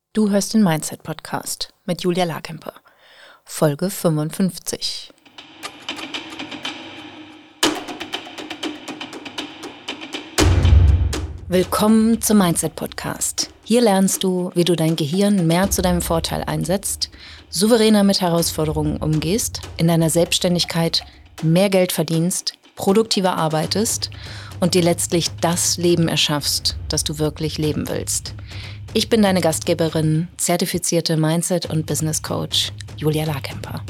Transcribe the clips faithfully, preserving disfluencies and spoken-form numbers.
Du hörst den Mindset-Podcast mit Julia Larkemper, Folge fünfundfünfzig. Willkommen zum Mindset-Podcast. Hier lernst du, wie du dein Gehirn mehr zu deinem Vorteil einsetzt, souveräner mit Herausforderungen umgehst, in deiner Selbstständigkeit mehr Geld verdienst, produktiver arbeitest und dir letztlich das Leben erschaffst, das du wirklich leben willst. Ich bin deine Gastgeberin, zertifizierte Mindset- und Business Coach Julia Larkemper.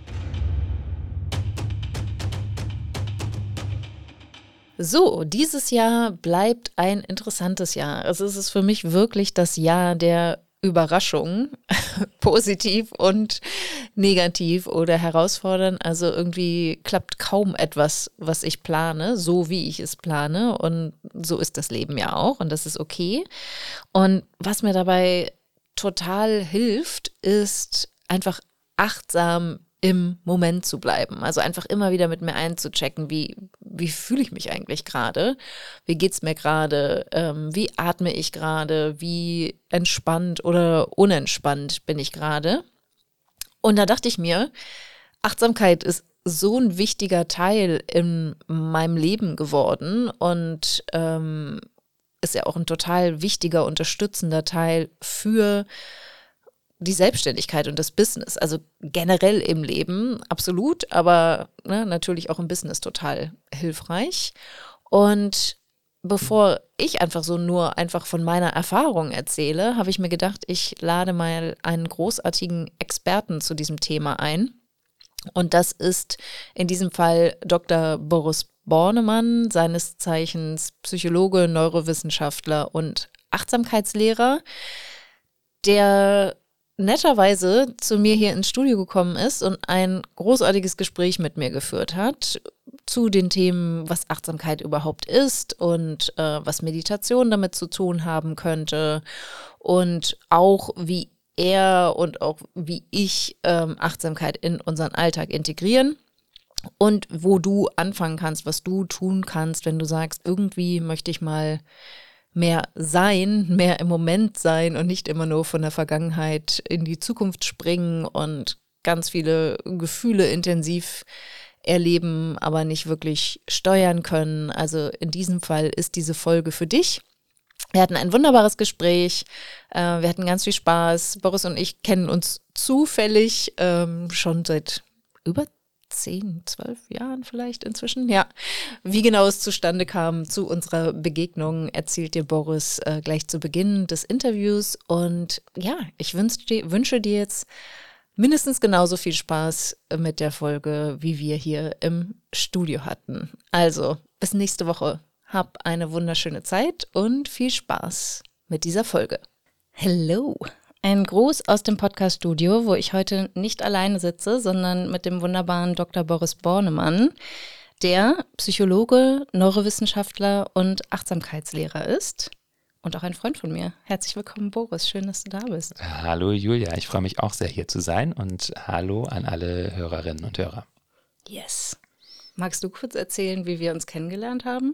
So, dieses Jahr bleibt ein interessantes Jahr. Also es ist für mich wirklich das Jahr der Überraschung, positiv und negativ oder herausfordernd. Also irgendwie klappt kaum etwas, was ich plane, so wie ich es plane. Und so ist das Leben ja auch und das ist okay. Und was mir dabei total hilft, ist einfach achtsam im Moment zu bleiben. Also einfach immer wieder mit mir einzuchecken, wie, wie fühle ich mich eigentlich gerade? Wie geht's mir gerade? Ähm, wie atme ich gerade? Wie entspannt oder unentspannt bin ich gerade? Und da dachte ich mir, Achtsamkeit ist so ein wichtiger Teil in meinem Leben geworden und ähm, ist ja auch ein total wichtiger, unterstützender Teil für die Selbstständigkeit und das Business, also generell im Leben, absolut, aber ne, natürlich auch im Business total hilfreich. Und bevor ich einfach so nur einfach von meiner Erfahrung erzähle, habe ich mir gedacht, ich lade mal einen großartigen Experten zu diesem Thema ein. Und das ist in diesem Fall Doktor Boris Bornemann, seines Zeichens Psychologe, Neurowissenschaftler und Achtsamkeitslehrer, der netterweise zu mir hier ins Studio gekommen ist und ein großartiges Gespräch mit mir geführt hat zu den Themen, was Achtsamkeit überhaupt ist und äh, was Meditation damit zu tun haben könnte und auch wie er und auch wie ich ähm, Achtsamkeit in unseren Alltag integrieren und wo du anfangen kannst, was du tun kannst, wenn du sagst, irgendwie möchte ich mal mehr sein, mehr im Moment sein und nicht immer nur von der Vergangenheit in die Zukunft springen und ganz viele Gefühle intensiv erleben, aber nicht wirklich steuern können. Also in diesem Fall ist diese Folge für dich. Wir hatten ein wunderbares Gespräch, äh, wir hatten ganz viel Spaß. Boris und ich kennen uns zufällig ähm, schon seit über zehn, zwölf Jahren vielleicht inzwischen. Ja, wie genau es zustande kam zu unserer Begegnung, erzählt dir Boris äh, gleich zu Beginn des Interviews. Und ja, ich wünsch dir, wünsche dir jetzt mindestens genauso viel Spaß mit der Folge, wie wir hier im Studio hatten. Also, bis nächste Woche. Hab eine wunderschöne Zeit und viel Spaß mit dieser Folge. Hello! Ein Gruß aus dem Podcast-Studio, wo ich heute nicht alleine sitze, sondern mit dem wunderbaren Doktor Boris Bornemann, der Psychologe, Neurowissenschaftler und Achtsamkeitslehrer ist und auch ein Freund von mir. Herzlich willkommen, Boris. Schön, dass du da bist. Hallo Julia, ich freue mich auch sehr, hier zu sein und hallo an alle Hörerinnen und Hörer. Yes. Magst du kurz erzählen, wie wir uns kennengelernt haben?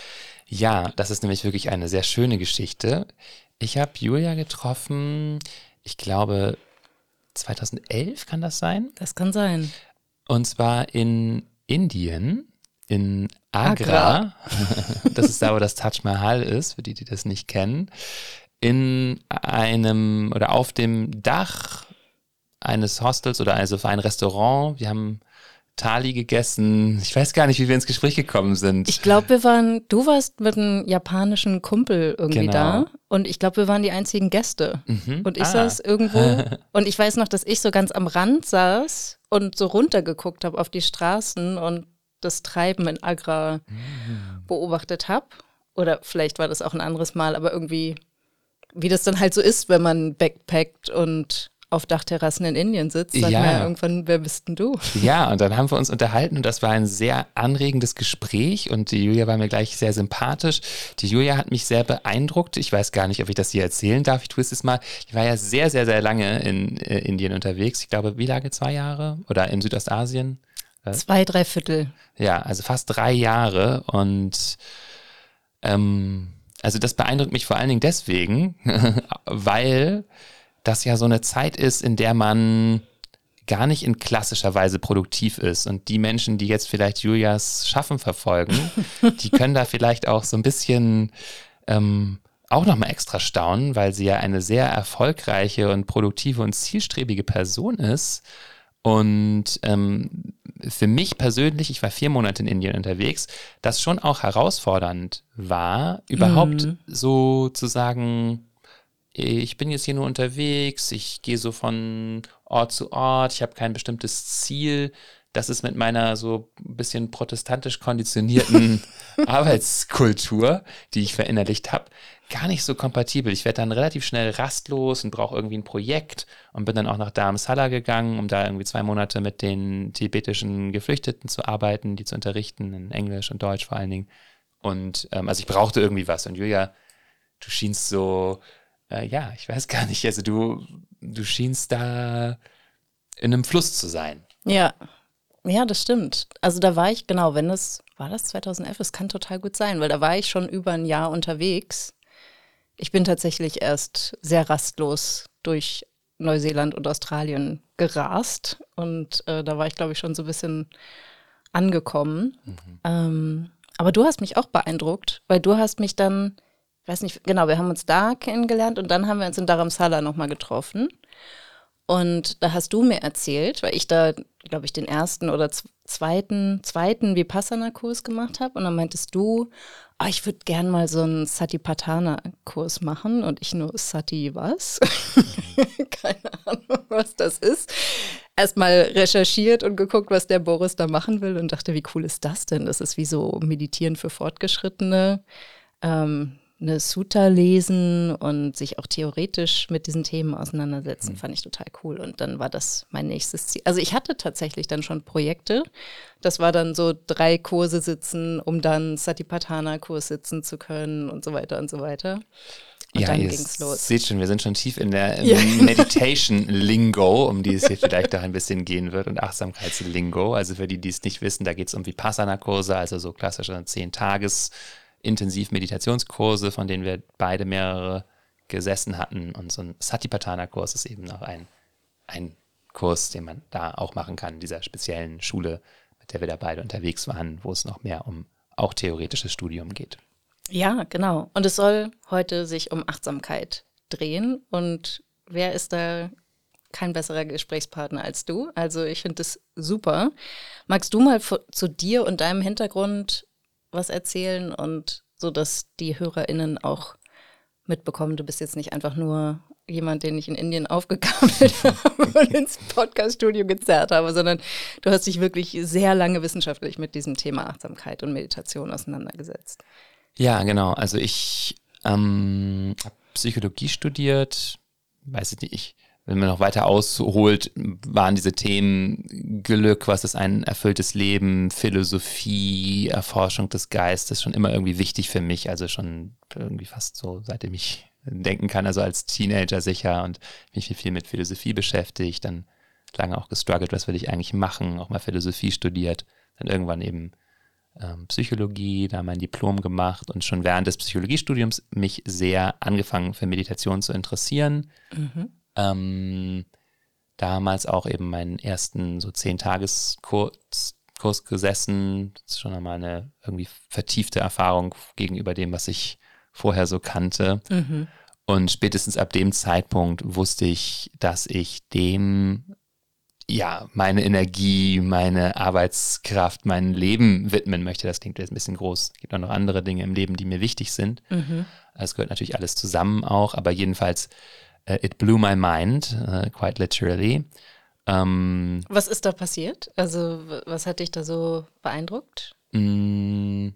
Ja, das ist nämlich wirklich eine sehr schöne Geschichte. Ich habe Julia getroffen, ich glaube zweitausendelf kann das sein? Das kann sein. Und zwar in Indien, in Agra. Agra. Das ist da, wo das Taj Mahal ist, für die, die das nicht kennen. In einem oder auf dem Dach eines Hostels oder also für ein Restaurant. Wir haben Thali gegessen. Ich weiß gar nicht, wie wir ins Gespräch gekommen sind. Ich glaube, wir waren, du warst mit einem japanischen Kumpel irgendwie Genau. da und ich glaube, wir waren die einzigen Gäste. Mhm. Und ich Ah. saß irgendwo und ich weiß noch, dass ich so ganz am Rand saß und so runtergeguckt habe auf die Straßen und das Treiben in Agra Mhm. beobachtet habe. Oder vielleicht war das auch ein anderes Mal, aber irgendwie, wie das dann halt so ist, wenn man backpackt und auf Dachterrassen in Indien sitzt, sagt Ja. man ja irgendwann, wer bist denn du? Ja, und dann haben wir uns unterhalten und das war ein sehr anregendes Gespräch und die Julia war mir gleich sehr sympathisch. Die Julia hat mich sehr beeindruckt. Ich weiß gar nicht, ob ich das hier erzählen darf. Ich tue es jetzt mal. Ich war ja sehr, sehr, sehr lange in äh, Indien unterwegs. Ich glaube, wie lange? Zwei Jahre? Oder in Südostasien? Zwei, drei Viertel. Ja, also fast drei Jahre und ähm, also das beeindruckt mich vor allen Dingen deswegen, weil das ja so eine Zeit ist, in der man gar nicht in klassischer Weise produktiv ist. Und die Menschen, die jetzt vielleicht Julias Schaffen verfolgen, die können da vielleicht auch so ein bisschen ähm, auch nochmal extra staunen, weil sie ja eine sehr erfolgreiche und produktive und zielstrebige Person ist. Und ähm, für mich persönlich, ich war vier Monate in Indien unterwegs, das schon auch herausfordernd war, überhaupt Mhm. so zu sagen, ich bin jetzt hier nur unterwegs, ich gehe so von Ort zu Ort, ich habe kein bestimmtes Ziel. Das ist mit meiner so ein bisschen protestantisch konditionierten Arbeitskultur, die ich verinnerlicht habe, gar nicht so kompatibel. Ich werde dann relativ schnell rastlos und brauche irgendwie ein Projekt und bin dann auch nach Dharamsala gegangen, um da irgendwie zwei Monate mit den tibetischen Geflüchteten zu arbeiten, die zu unterrichten, in Englisch und Deutsch vor allen Dingen. Und ähm, also ich brauchte irgendwie was. Und Julia, du schienst so, äh, ja, ich weiß gar nicht, also du, du schienst da in einem Fluss zu sein. Ja, ja, das stimmt. Also da war ich, genau, wenn es, war das zweitausendelf? Es kann total gut sein, weil da war ich schon über ein Jahr unterwegs. Ich bin tatsächlich erst sehr rastlos durch Neuseeland und Australien gerast und äh, da war ich, glaube ich, schon so ein bisschen angekommen. Mhm. Ähm, aber du hast mich auch beeindruckt, weil du hast mich dann, ich weiß nicht, genau, wir haben uns da kennengelernt und dann haben wir uns in Dharamsala nochmal getroffen. Und da hast du mir erzählt, weil ich da, glaube ich, den ersten oder zweiten, zweiten Vipassana-Kurs gemacht habe. Und dann meintest du, oh, ich würde gern mal so einen Satipatthana-Kurs machen. Und ich nur, Sati was? Keine Ahnung, was das ist. Erstmal recherchiert und geguckt, was der Boris da machen will und dachte, wie cool ist das denn? Das ist wie so Meditieren für Fortgeschrittene. Ähm, eine Sutta lesen und sich auch theoretisch mit diesen Themen auseinandersetzen, mhm. fand ich total cool. Und dann war das mein nächstes Ziel. Also ich hatte tatsächlich dann schon Projekte. Das war dann so drei Kurse sitzen, um dann Satipatthana-Kurs sitzen zu können und so weiter und so weiter. Und ja, dann ihr ging's los. Seht schon, wir sind schon tief in der ja. Meditation-Lingo, um die es hier vielleicht auch ein bisschen gehen wird, und Achtsamkeits-Lingo. Also für die, die es nicht wissen, da geht es um Vipassana-Kurse, also so klassische zehn Tages Intensiv-Meditationskurse, von denen wir beide mehrere gesessen hatten. Und so ein Satipatthana-Kurs ist eben auch ein, ein Kurs, den man da auch machen kann, in dieser speziellen Schule, mit der wir da beide unterwegs waren, wo es noch mehr um auch theoretisches Studium geht. Ja, genau. Und es soll heute sich um Achtsamkeit drehen. Und wer ist da kein besserer Gesprächspartner als du? Also ich finde das super. Magst du mal zu dir und deinem Hintergrund was erzählen und so, dass die HörerInnen auch mitbekommen, du bist jetzt nicht einfach nur jemand, den ich in Indien aufgegabelt habe und ins Podcaststudio gezerrt habe, sondern du hast dich wirklich sehr lange wissenschaftlich mit diesem Thema Achtsamkeit und Meditation auseinandergesetzt. Ja, genau. Also ich ähm, habe Psychologie studiert, weiß ich nicht, ich wenn man noch weiter ausholt, waren diese Themen Glück, was ist ein erfülltes Leben, Philosophie, Erforschung des Geistes schon immer irgendwie wichtig für mich. Also schon irgendwie fast so, seitdem ich denken kann, also als Teenager sicher, und mich viel, viel mit Philosophie beschäftigt, dann lange auch gestruggelt, was will ich eigentlich machen, auch mal Philosophie studiert, dann irgendwann eben ähm, Psychologie, da mein Diplom gemacht und schon während des Psychologiestudiums mich sehr angefangen für Meditation zu interessieren. Mhm. Ähm, damals auch eben meinen ersten so zehn-Tages-Kurs Kurs gesessen. Das ist schon einmal eine irgendwie vertiefte Erfahrung gegenüber dem, was ich vorher so kannte. Mhm. Und spätestens ab dem Zeitpunkt wusste ich, dass ich dem ja meine Energie, meine Arbeitskraft, mein Leben widmen möchte. Das klingt jetzt ein bisschen groß. Es gibt auch noch andere Dinge im Leben, die mir wichtig sind. Mhm. Es gehört natürlich alles zusammen auch, aber jedenfalls Uh, it blew my mind, uh, quite literally. Um, was ist da passiert? Also was hat dich da so beeindruckt? Mm,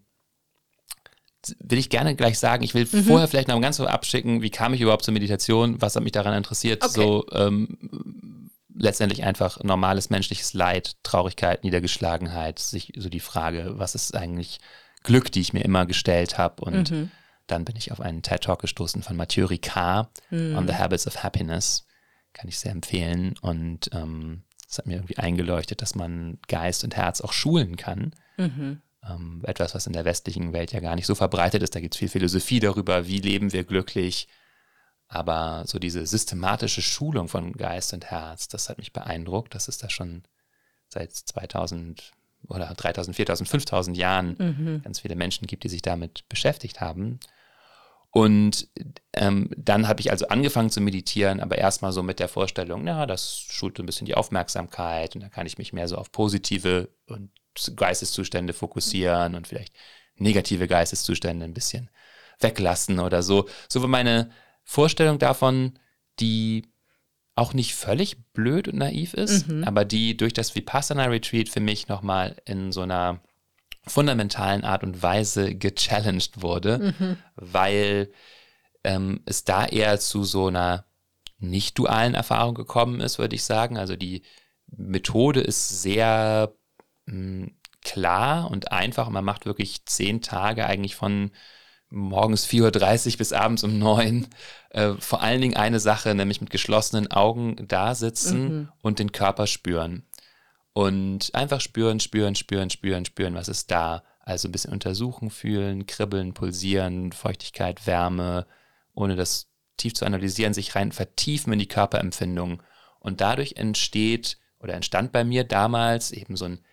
will ich gerne gleich sagen. Ich will mhm. vorher vielleicht noch ganz so abschicken, wie kam ich überhaupt zur Meditation, was hat mich daran interessiert. Okay. So ähm, letztendlich einfach normales menschliches Leid, Traurigkeit, Niedergeschlagenheit, sich so die Frage, was ist eigentlich Glück, die ich mir immer gestellt habe, und mhm. dann bin ich auf einen TED-Talk gestoßen von Mathieu Ricard, mm. on the Habits of Happiness. Kann ich sehr empfehlen. Und ähm, das hat mir irgendwie eingeleuchtet, dass man Geist und Herz auch schulen kann. Mhm. Ähm, etwas, was in der westlichen Welt ja gar nicht so verbreitet ist. Da gibt es viel Philosophie darüber, wie leben wir glücklich. Aber so diese systematische Schulung von Geist und Herz, das hat mich beeindruckt, dass es da schon seit zweitausend oder dreitausend, viertausend, fünftausend Jahren mhm. ganz viele Menschen gibt, die sich damit beschäftigt haben. Und ähm, dann habe ich also angefangen zu meditieren, aber erstmal so mit der Vorstellung, na, das schult so ein bisschen die Aufmerksamkeit und dann kann ich mich mehr so auf positive und Geisteszustände fokussieren und vielleicht negative Geisteszustände ein bisschen weglassen oder so. So war meine Vorstellung davon, die auch nicht völlig blöd und naiv ist, mhm. aber die durch das Vipassana-Retreat für mich nochmal in so einer fundamentalen Art und Weise gechallenged wurde, mhm. weil ähm, es da eher zu so einer nicht dualen Erfahrung gekommen ist, würde ich sagen. Also die Methode ist sehr mh, klar und einfach und man macht wirklich zehn Tage eigentlich von morgens vier Uhr dreißig bis abends um neun äh, vor allen Dingen eine Sache, nämlich mit geschlossenen Augen da sitzen mhm. und den Körper spüren. Und einfach spüren, spüren, spüren, spüren, spüren, was ist da. Also ein bisschen untersuchen, fühlen, kribbeln, pulsieren, Feuchtigkeit, Wärme, ohne das tief zu analysieren, sich rein vertiefen in die Körperempfindung. Und dadurch entsteht oder entstand bei mir damals eben so ein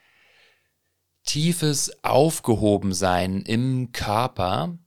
tiefes Aufgehobensein im Körper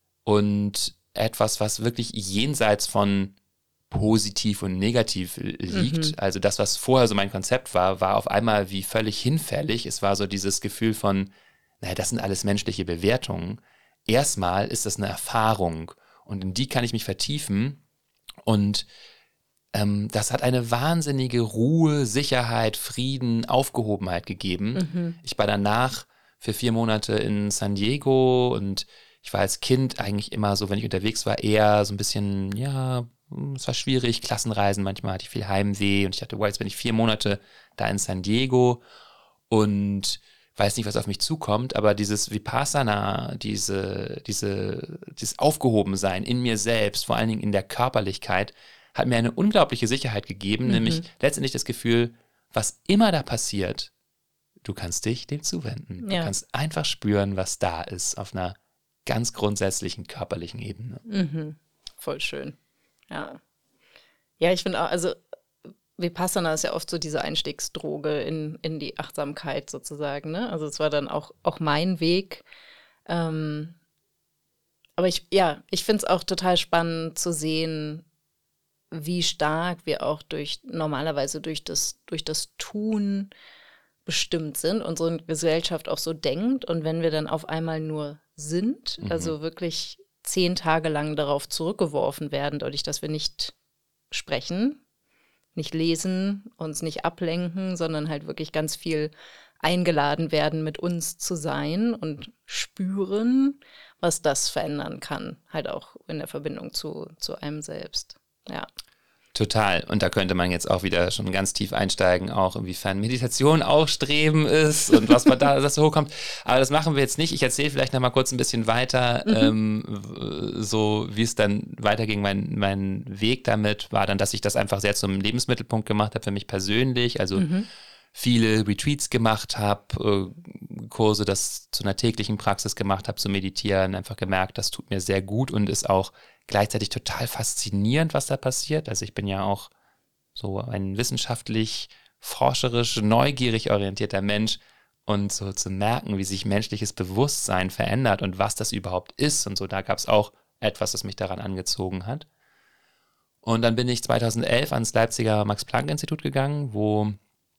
und etwas, was wirklich jenseits von positiv und negativ liegt. Mhm. Also das, was vorher so mein Konzept war, war auf einmal wie völlig hinfällig. Es war so dieses Gefühl von, naja, das sind alles menschliche Bewertungen. Erstmal ist das eine Erfahrung und in die kann ich mich vertiefen und ähm, das hat eine wahnsinnige Ruhe, Sicherheit, Frieden, Aufgehobenheit gegeben. Mhm. Ich war danach für vier Monate in San Diego und ich war als Kind eigentlich immer so, wenn ich unterwegs war, eher so ein bisschen, ja, es war schwierig, Klassenreisen, manchmal hatte ich viel Heimweh und ich dachte, wow, jetzt bin ich vier Monate da in San Diego und weiß nicht, was auf mich zukommt, aber dieses Vipassana, diese, diese, dieses Aufgehobensein in mir selbst, vor allen Dingen in der Körperlichkeit, hat mir eine unglaubliche Sicherheit gegeben, mhm. nämlich letztendlich das Gefühl, was immer da passiert, du kannst dich dem zuwenden. Ja. Du kannst einfach spüren, was da ist, auf einer ganz grundsätzlichen körperlichen Ebene. Mhm. Voll schön. Ja. Ja, ich finde auch, also Vipassana ist ja oft so diese Einstiegsdroge in, in die Achtsamkeit sozusagen, ne? Also es war dann auch, auch mein Weg. Ähm, aber ich, ja, ich finde es auch total spannend zu sehen, wie stark wir auch durch, normalerweise durch das, durch das Tun bestimmt sind, unsere Gesellschaft auch so denkt. Und wenn wir dann auf einmal nur sind, mhm. also wirklich zehn Tage lang darauf zurückgeworfen werden, dadurch, dass wir nicht sprechen, nicht lesen, uns nicht ablenken, sondern halt wirklich ganz viel eingeladen werden, mit uns zu sein und spüren, was das verändern kann, halt auch in der Verbindung zu, zu einem selbst. Ja. Total. Und da könnte man jetzt auch wieder schon ganz tief einsteigen, auch inwiefern Meditation auch Streben ist und was man da das so hochkommt. Aber das machen wir jetzt nicht. Ich erzähle vielleicht noch mal kurz ein bisschen weiter, mhm. ähm, so wie es dann weiterging. Mein, mein Weg damit war dann, dass ich das einfach sehr zum Lebensmittelpunkt gemacht habe für mich persönlich. Also mhm. viele Retreats gemacht habe, äh, Kurse, das zu einer täglichen Praxis gemacht habe, zu meditieren, einfach gemerkt, das tut mir sehr gut und ist auch gleichzeitig total faszinierend, was da passiert. Also ich bin ja auch so ein wissenschaftlich, forscherisch, neugierig orientierter Mensch und so zu merken, wie sich menschliches Bewusstsein verändert und was das überhaupt ist und so, da gab es auch etwas, das mich daran angezogen hat. Und dann bin ich zweitausendelf ans Leipziger Max-Planck-Institut gegangen, wo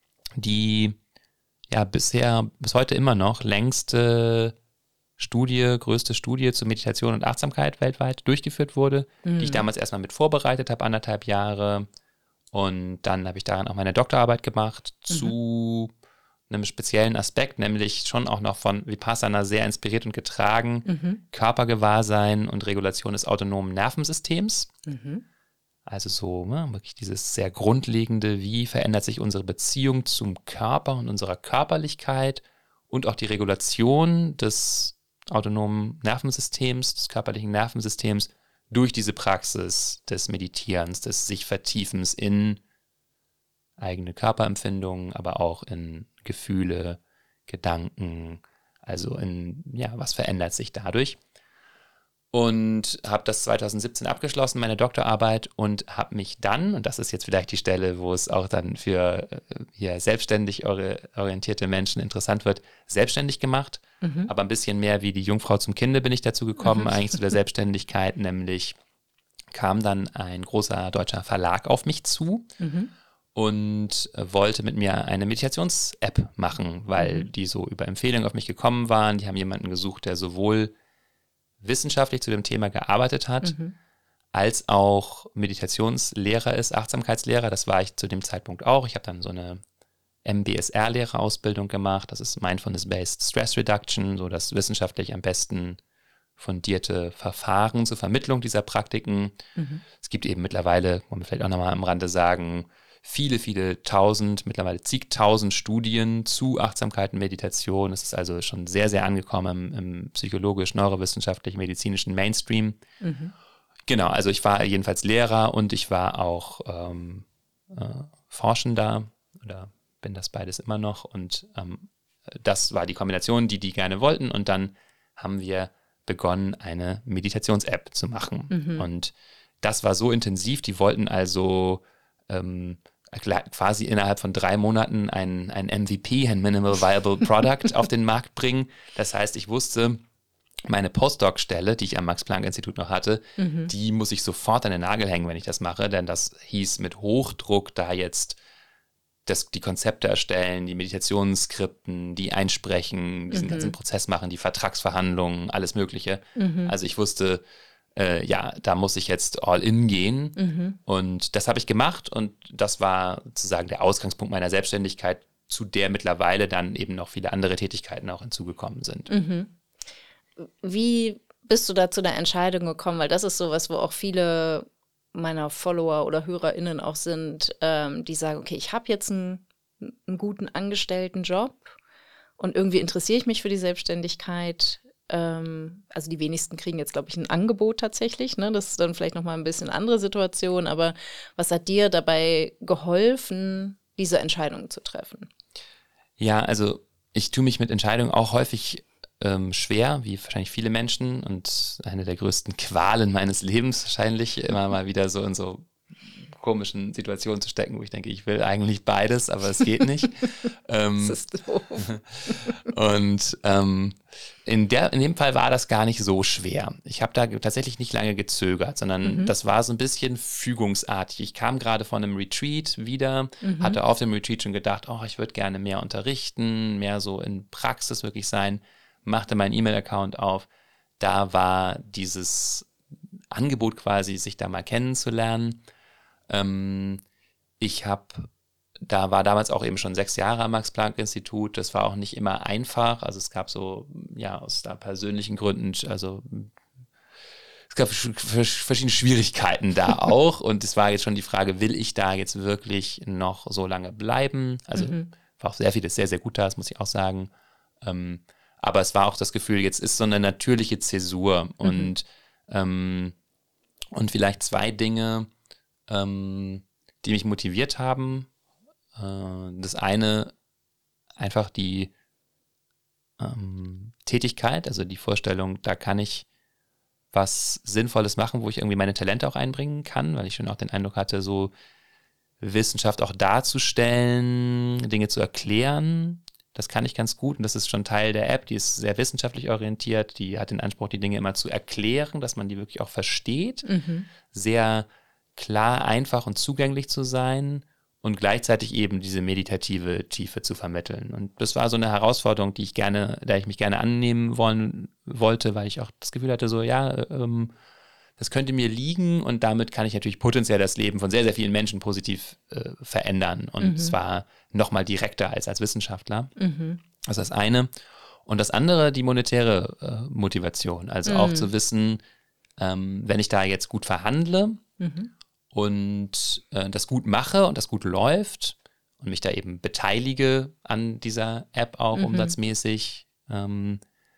die ja bisher, bis heute immer noch längste Studie, größte Studie zur Meditation und Achtsamkeit weltweit durchgeführt wurde, mhm. die ich damals erstmal mit vorbereitet habe, anderthalb Jahre. Und dann habe ich daran auch meine Doktorarbeit gemacht mhm. zu einem speziellen Aspekt, nämlich schon auch noch von Vipassana sehr inspiriert und getragen, mhm. Körpergewahrsein und Regulation des autonomen Nervensystems. Mhm. Also so ne, wirklich dieses sehr grundlegende, wie verändert sich unsere Beziehung zum Körper und unserer Körperlichkeit und auch die Regulation des autonomen Nervensystems, des körperlichen Nervensystems durch diese Praxis des Meditierens, des sich Vertiefens in eigene Körperempfindungen, aber auch in Gefühle, Gedanken, also in, ja, was verändert sich dadurch? und habe das zwanzig siebzehn abgeschlossen, meine Doktorarbeit, und habe mich dann, und das ist jetzt vielleicht die Stelle, wo es auch dann für äh, hier selbstständig orientierte Menschen interessant wird, selbstständig gemacht, mhm. aber ein bisschen mehr wie die Jungfrau zum Kinde bin ich dazu gekommen, mhm. eigentlich zu der Selbstständigkeit, nämlich kam dann ein großer deutscher Verlag auf mich zu, mhm. und wollte mit mir eine Meditations-App machen, weil mhm. die so über Empfehlungen auf mich gekommen waren. Die haben jemanden gesucht, der sowohl wissenschaftlich zu dem Thema gearbeitet hat, mhm. als auch Meditationslehrer ist, Achtsamkeitslehrer. Das war ich zu dem Zeitpunkt auch. Ich habe dann so eine M B S R-Lehrerausbildung gemacht. Das ist Mindfulness-Based Stress Reduction, so das wissenschaftlich am besten fundierte Verfahren zur Vermittlung dieser Praktiken. Mhm. Es gibt eben mittlerweile, muss man vielleicht auch nochmal am Rande sagen, viele, viele tausend, mittlerweile zigtausend Studien zu Achtsamkeit und Meditation. Es ist also schon sehr, sehr angekommen im, im psychologisch-neurowissenschaftlich-medizinischen Mainstream. Mhm. Genau, also ich war jedenfalls Lehrer und ich war auch ähm, äh, Forschender oder bin das beides immer noch. Und ähm, das war die Kombination, die die gerne wollten. Und dann haben wir begonnen, eine Meditations-App zu machen. Mhm. Und das war so intensiv, die wollten also ähm, quasi innerhalb von drei Monaten ein, ein M V P, ein Minimal Viable Product auf den Markt bringen. Das heißt, ich wusste, meine Postdoc-Stelle, die ich am Max-Planck-Institut noch hatte, mhm. die muss ich sofort an den Nagel hängen, wenn ich das mache, denn das hieß mit Hochdruck da jetzt das, die Konzepte erstellen, die Meditationsskripten, die einsprechen, diesen mhm. ganzen Prozess machen, die Vertragsverhandlungen, alles Mögliche. Mhm. Also ich wusste, Äh, ja, da muss ich jetzt all in gehen. Mhm. Und das habe ich gemacht und das war sozusagen der Ausgangspunkt meiner Selbstständigkeit, zu der mittlerweile dann eben noch viele andere Tätigkeiten auch hinzugekommen sind. Mhm. Wie bist du da zu der Entscheidung gekommen? Weil das ist sowas, wo auch viele meiner Follower oder HörerInnen auch sind, ähm, die sagen, okay, ich habe jetzt einen, einen guten Angestelltenjob und irgendwie interessiere ich mich für die Selbstständigkeit. Also die wenigsten kriegen jetzt, glaube ich, ein Angebot tatsächlich. Ne? Das ist dann vielleicht nochmal ein bisschen andere Situation. Aber was hat dir dabei geholfen, diese Entscheidung zu treffen? Ja, also ich tue mich mit Entscheidungen auch häufig ähm, schwer, wie wahrscheinlich viele Menschen. Und eine der größten Qualen meines Lebens wahrscheinlich, immer mal wieder so in so komischen Situationen zu stecken, wo ich denke, ich will eigentlich beides, aber es geht nicht. ähm, das ist doof. Und ähm, in, der, in dem Fall war das gar nicht so schwer. Ich habe da tatsächlich nicht lange gezögert, sondern mhm. das war so ein bisschen fügungsartig. Ich kam gerade von einem Retreat wieder, mhm. hatte auf dem Retreat schon gedacht, oh, ich würde gerne mehr unterrichten, mehr so in Praxis wirklich sein, machte meinen E-Mail-Account auf. Da war dieses Angebot quasi, sich da mal kennenzulernen. Ähm, ich habe, da war damals auch eben schon sechs Jahre am Max-Planck-Institut, das war auch nicht immer einfach, also es gab so, ja, aus da persönlichen Gründen, also es gab verschiedene Schwierigkeiten da auch und es war jetzt schon die Frage, will ich da jetzt wirklich noch so lange bleiben? Also mhm. war auch sehr vieles sehr, sehr gut da, das muss ich auch sagen, ähm, aber es war auch das Gefühl, jetzt ist so eine natürliche Zäsur mhm. und, ähm, und vielleicht zwei Dinge, Ähm, die mich motiviert haben. Äh, das eine, einfach die ähm, Tätigkeit, also die Vorstellung, da kann ich was Sinnvolles machen, wo ich irgendwie meine Talente auch einbringen kann, weil ich schon auch den Eindruck hatte, so Wissenschaft auch darzustellen, Dinge zu erklären, das kann ich ganz gut und das ist schon Teil der App, die ist sehr wissenschaftlich orientiert, die hat den Anspruch, die Dinge immer zu erklären, dass man die wirklich auch versteht, mhm. sehr klar, einfach und zugänglich zu sein und gleichzeitig eben diese meditative Tiefe zu vermitteln. Und das war so eine Herausforderung, die ich gerne, der ich mich gerne annehmen wollen, wollte, weil ich auch das Gefühl hatte, so ja, ähm, das könnte mir liegen und damit kann ich natürlich potenziell das Leben von sehr, sehr vielen Menschen positiv äh, verändern und mhm. zwar nochmal direkter als als Wissenschaftler. Mhm. Das ist das eine. Und das andere, die monetäre äh, Motivation, also mhm. auch zu wissen, ähm, wenn ich da jetzt gut verhandle, mhm. und äh, das gut mache und das gut läuft und mich da eben beteilige an dieser App auch mhm. umsatzmäßig, ähm,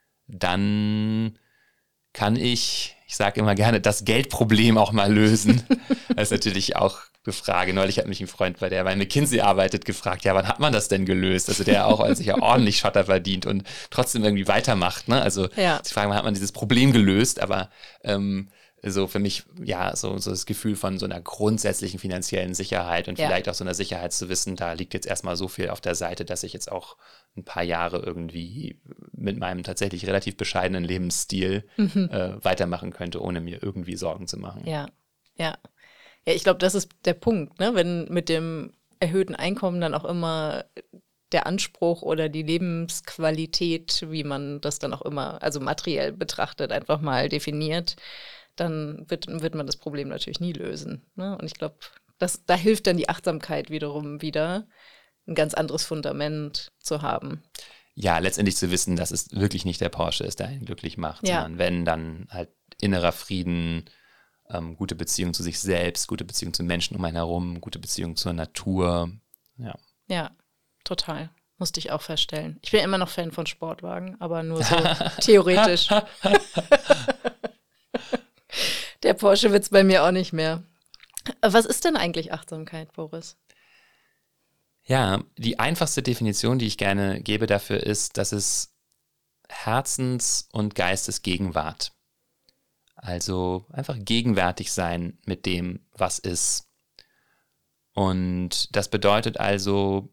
dann kann ich, ich sage immer gerne, das Geldproblem auch mal lösen. Das ist natürlich auch Frage. Neulich hat mich ein Freund, bei der bei McKinsey arbeitet, gefragt, ja, wann hat man das denn gelöst? Also der auch als sich ja ordentlich Schotter verdient und trotzdem irgendwie weitermacht. Ne? Also Ja. die Frage, wann hat man dieses Problem gelöst? Aber ähm, so für mich, ja, so, so das Gefühl von so einer grundsätzlichen finanziellen Sicherheit und Ja. vielleicht auch so einer Sicherheit zu wissen, da liegt jetzt erstmal so viel auf der Seite, dass ich jetzt auch ein paar Jahre irgendwie mit meinem tatsächlich relativ bescheidenen Lebensstil Mhm. äh, weitermachen könnte, ohne mir irgendwie Sorgen zu machen. Ja, ja. Ja, ich glaube, das ist der Punkt, ne? Wenn mit dem erhöhten Einkommen dann auch immer der Anspruch oder die Lebensqualität, wie man das dann auch immer, also materiell betrachtet, einfach mal definiert, dann wird, wird man das Problem natürlich nie lösen. Ne? Und ich glaube, da hilft dann die Achtsamkeit wiederum wieder, ein ganz anderes Fundament zu haben. Ja, letztendlich zu wissen, dass es wirklich nicht der Porsche ist, der einen glücklich macht, Ja. sondern wenn, dann halt innerer Frieden, ähm, gute Beziehung zu sich selbst, gute Beziehung zu Menschen um einen herum, gute Beziehung zur Natur. Ja, Ja, total. Musste ich auch feststellen. Ich bin immer noch Fan von Sportwagen, aber nur so theoretisch. Der Porsche wird es bei mir auch nicht mehr. Was ist denn eigentlich Achtsamkeit, Boris? Ja, die einfachste Definition, die ich gerne gebe dafür, ist, dass es Herzens- und Geistesgegenwart. Also einfach gegenwärtig sein mit dem, was ist. Und das bedeutet also,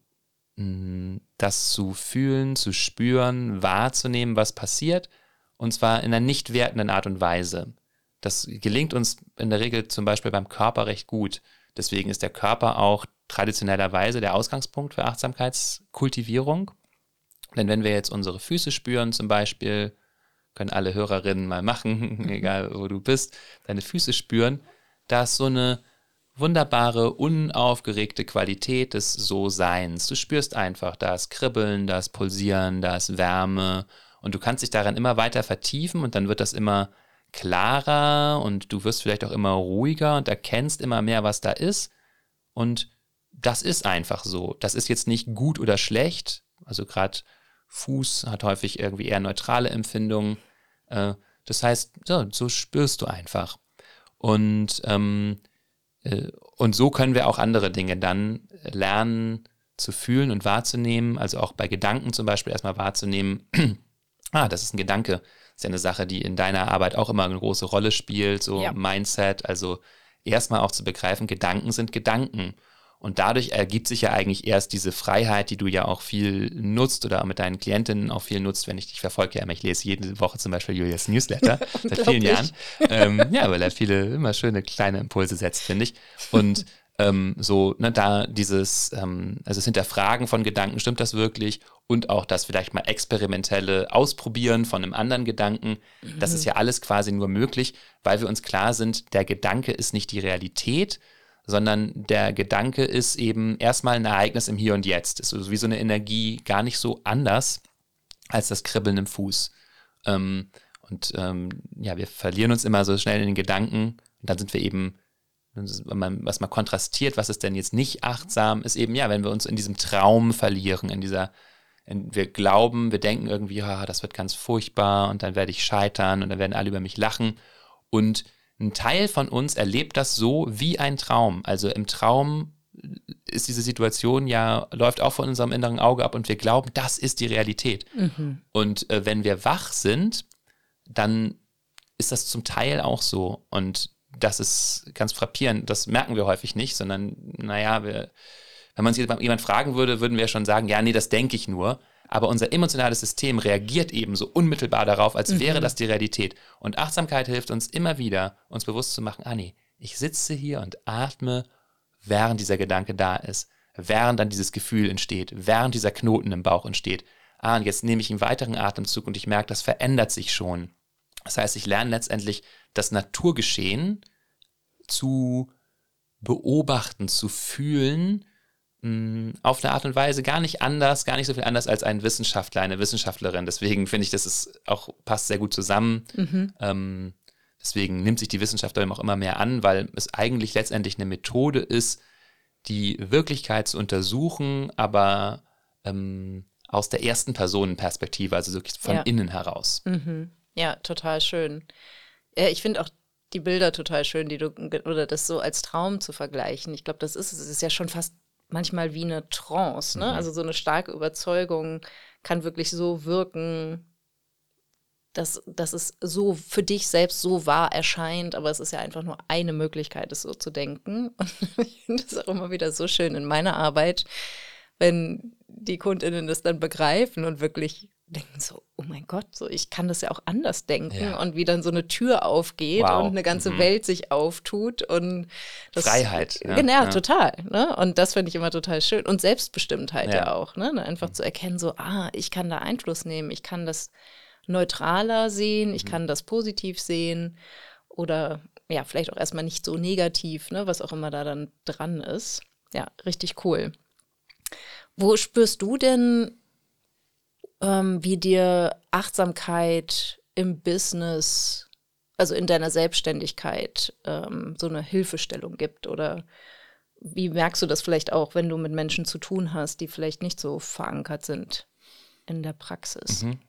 das zu fühlen, zu spüren, wahrzunehmen, was passiert, und zwar in einer nicht wertenden Art und Weise. Das gelingt uns in der Regel zum Beispiel beim Körper recht gut. Deswegen ist der Körper auch traditionellerweise der Ausgangspunkt für Achtsamkeitskultivierung. Denn wenn wir jetzt unsere Füße spüren zum Beispiel, können alle Hörerinnen mal machen, egal wo du bist, deine Füße spüren, da ist so eine wunderbare, unaufgeregte Qualität des So-Seins. Du spürst einfach, da ist Kribbeln, da ist Pulsieren, da ist Wärme und du kannst dich daran immer weiter vertiefen und dann wird das immer klarer und du wirst vielleicht auch immer ruhiger und erkennst immer mehr, was da ist. Und das ist einfach so. Das ist jetzt nicht gut oder schlecht. Also gerade Fuß hat häufig irgendwie eher neutrale Empfindungen. Äh, das heißt, so, so spürst du einfach. Und, ähm, äh, und so können wir auch andere Dinge dann lernen zu fühlen und wahrzunehmen. Also auch bei Gedanken zum Beispiel erstmal wahrzunehmen, ah, das ist ein Gedanke. Das ist ja eine Sache, die in deiner Arbeit auch immer eine große Rolle spielt, so Ja. Mindset, also erstmal auch zu begreifen, Gedanken sind Gedanken. Und dadurch ergibt sich ja eigentlich erst diese Freiheit, die du ja auch viel nutzt oder mit deinen Klientinnen auch viel nutzt, wenn ich dich verfolge. Ja, ich lese jede Woche zum Beispiel Julias Newsletter seit vielen Jahren. Ähm, ja, weil er viele immer schöne kleine Impulse setzt, finde ich. Und ähm, so, ne, da dieses, ähm, also das Hinterfragen von Gedanken, stimmt das wirklich? Und auch das vielleicht mal experimentelle Ausprobieren von einem anderen Gedanken. Mhm. Das ist ja alles quasi nur möglich, weil wir uns klar sind, der Gedanke ist nicht die Realität, sondern der Gedanke ist eben erstmal ein Ereignis im Hier und Jetzt. Ist also wie so eine Energie gar nicht so anders als das Kribbeln im Fuß. Ähm, und ähm, ja, wir verlieren uns immer so schnell in den Gedanken und dann sind wir eben, wenn man, was man kontrastiert, was ist denn jetzt nicht achtsam, ist eben, ja, wenn wir uns in diesem Traum verlieren, in dieser, in, wir glauben, wir denken irgendwie, ja, das wird ganz furchtbar und dann werde ich scheitern und dann werden alle über mich lachen und ein Teil von uns erlebt das so wie ein Traum. Also im Traum ist diese Situation ja, läuft auch von unserem inneren Auge ab und wir glauben, das ist die Realität. Mhm. Und äh, wenn wir wach sind, dann ist das zum Teil auch so. Und das ist ganz frappierend. Das merken wir häufig nicht, sondern, naja, wir, wenn man uns jemand fragen würde, würden wir schon sagen, ja, nee, das denke ich nur. Aber unser emotionales System reagiert eben so unmittelbar darauf, als wäre mhm. das die Realität. Und Achtsamkeit hilft uns immer wieder, uns bewusst zu machen, ah nee, ich sitze hier und atme, während dieser Gedanke da ist, während dann dieses Gefühl entsteht, während dieser Knoten im Bauch entsteht. Ah, und jetzt nehme ich einen weiteren Atemzug und ich merke, das verändert sich schon. Das heißt, ich lerne letztendlich das Naturgeschehen zu beobachten, zu fühlen, auf eine Art und Weise gar nicht anders, gar nicht so viel anders als ein Wissenschaftler, eine Wissenschaftlerin. Deswegen finde ich, das ist auch, passt sehr gut zusammen. Mhm. Ähm, deswegen nimmt sich die Wissenschaft auch immer mehr an, weil es eigentlich letztendlich eine Methode ist, die Wirklichkeit zu untersuchen, aber ähm, aus der ersten Personenperspektive, also wirklich von ja. innen heraus. Mhm. Ja, total schön. Ich finde auch die Bilder total schön, die du, oder das so als Traum zu vergleichen. Ich glaube, das ist es. Es ist ja schon fast manchmal wie eine Trance, ne? Mhm. Also so eine starke Überzeugung kann wirklich so wirken, dass, dass es so für dich selbst so wahr erscheint, aber es ist ja einfach nur eine Möglichkeit, es so zu denken. Und ich finde es auch immer wieder so schön in meiner Arbeit, wenn die KundInnen das dann begreifen und wirklich denken so, oh mein Gott, so ich kann das ja auch anders denken Ja. und wie dann so eine Tür aufgeht Wow. und eine ganze Mhm. Welt sich auftut und das, Freiheit, ja. Genau, Ja. total. Ne? Und das finde ich immer total schön und Selbstbestimmtheit ja, Ja. auch, ne? Einfach zu erkennen so, ah, ich kann da Einfluss nehmen, ich kann das neutraler sehen, ich Mhm. kann das positiv sehen oder ja, vielleicht auch erstmal nicht so negativ, ne? Was auch immer da dann dran ist. Ja, richtig cool. Wo spürst du denn, ähm, wie dir Achtsamkeit im Business, also in deiner Selbstständigkeit, ähm, so eine Hilfestellung gibt? Oder wie merkst du das vielleicht auch, wenn du mit Menschen zu tun hast, die vielleicht nicht so verankert sind in der Praxis? Mhm.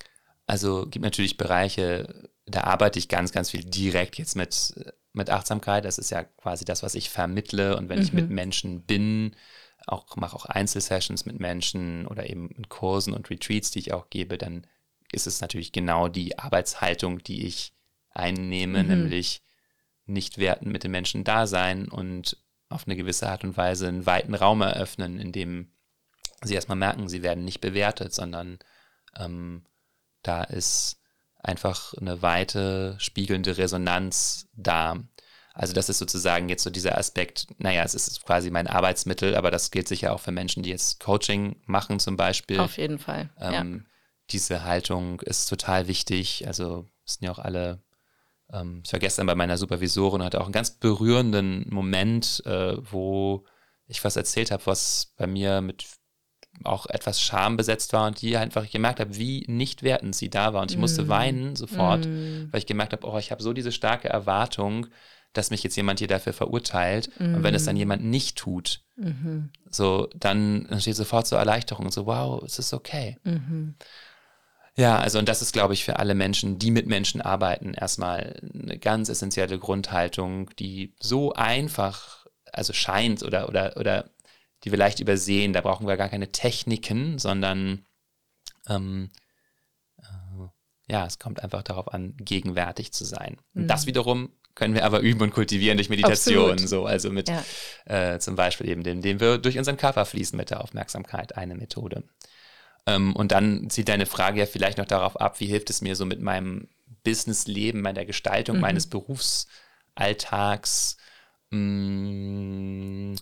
Also gibt natürlich Bereiche, da arbeite ich ganz, ganz viel direkt jetzt mit, mit Achtsamkeit. Das ist ja quasi das, was ich vermittle. Und wenn Mhm. ich mit Menschen bin, auch mache auch Einzelsessions mit Menschen oder eben in Kursen und Retreats, die ich auch gebe, dann ist es natürlich genau die Arbeitshaltung, die ich einnehme, Mhm. nämlich nicht werten mit den Menschen da sein und auf eine gewisse Art und Weise einen weiten Raum eröffnen, in dem sie erstmal merken, sie werden nicht bewertet, sondern ähm, da ist einfach eine weite, spiegelnde Resonanz da. Also das ist sozusagen jetzt so dieser Aspekt, naja, es ist quasi mein Arbeitsmittel, aber das gilt sicher auch für Menschen, die jetzt Coaching machen zum Beispiel. Auf jeden Fall, Ähm, ja. Diese Haltung ist total wichtig. Also es sind ja auch alle, ähm, ich war gestern bei meiner Supervisorin und hatte auch einen ganz berührenden Moment, äh, wo ich was erzählt habe, was bei mir mit auch etwas schambesetzt war und die einfach gemerkt habe, wie nicht wertend sie da war. Und ich musste Mm. weinen sofort, Mm. weil ich gemerkt habe, oh, ich habe so diese starke Erwartung, dass mich jetzt jemand hier dafür verurteilt. Und wenn es dann jemand nicht tut, Mhm. so, dann entsteht sofort so Erleichterung und so, wow, es ist okay. Mhm. Ja, also und das ist, glaube ich, für alle Menschen, die mit Menschen arbeiten, erstmal eine ganz essentielle Grundhaltung, die so einfach, also scheint oder, oder, oder die wir leicht übersehen. Da brauchen wir gar keine Techniken, sondern ähm, äh, ja, es kommt einfach darauf an, gegenwärtig zu sein. Und Mhm. das wiederum können wir aber üben und kultivieren durch Meditation. Absolut. So, also mit Ja. äh, zum Beispiel eben dem, dem wir durch unseren Körper fließen mit der Aufmerksamkeit, eine Methode. Ähm, und dann zieht deine Frage ja vielleicht noch darauf ab, wie hilft es mir so mit meinem Businessleben, meiner Gestaltung Mhm. meines Berufsalltags. Mh,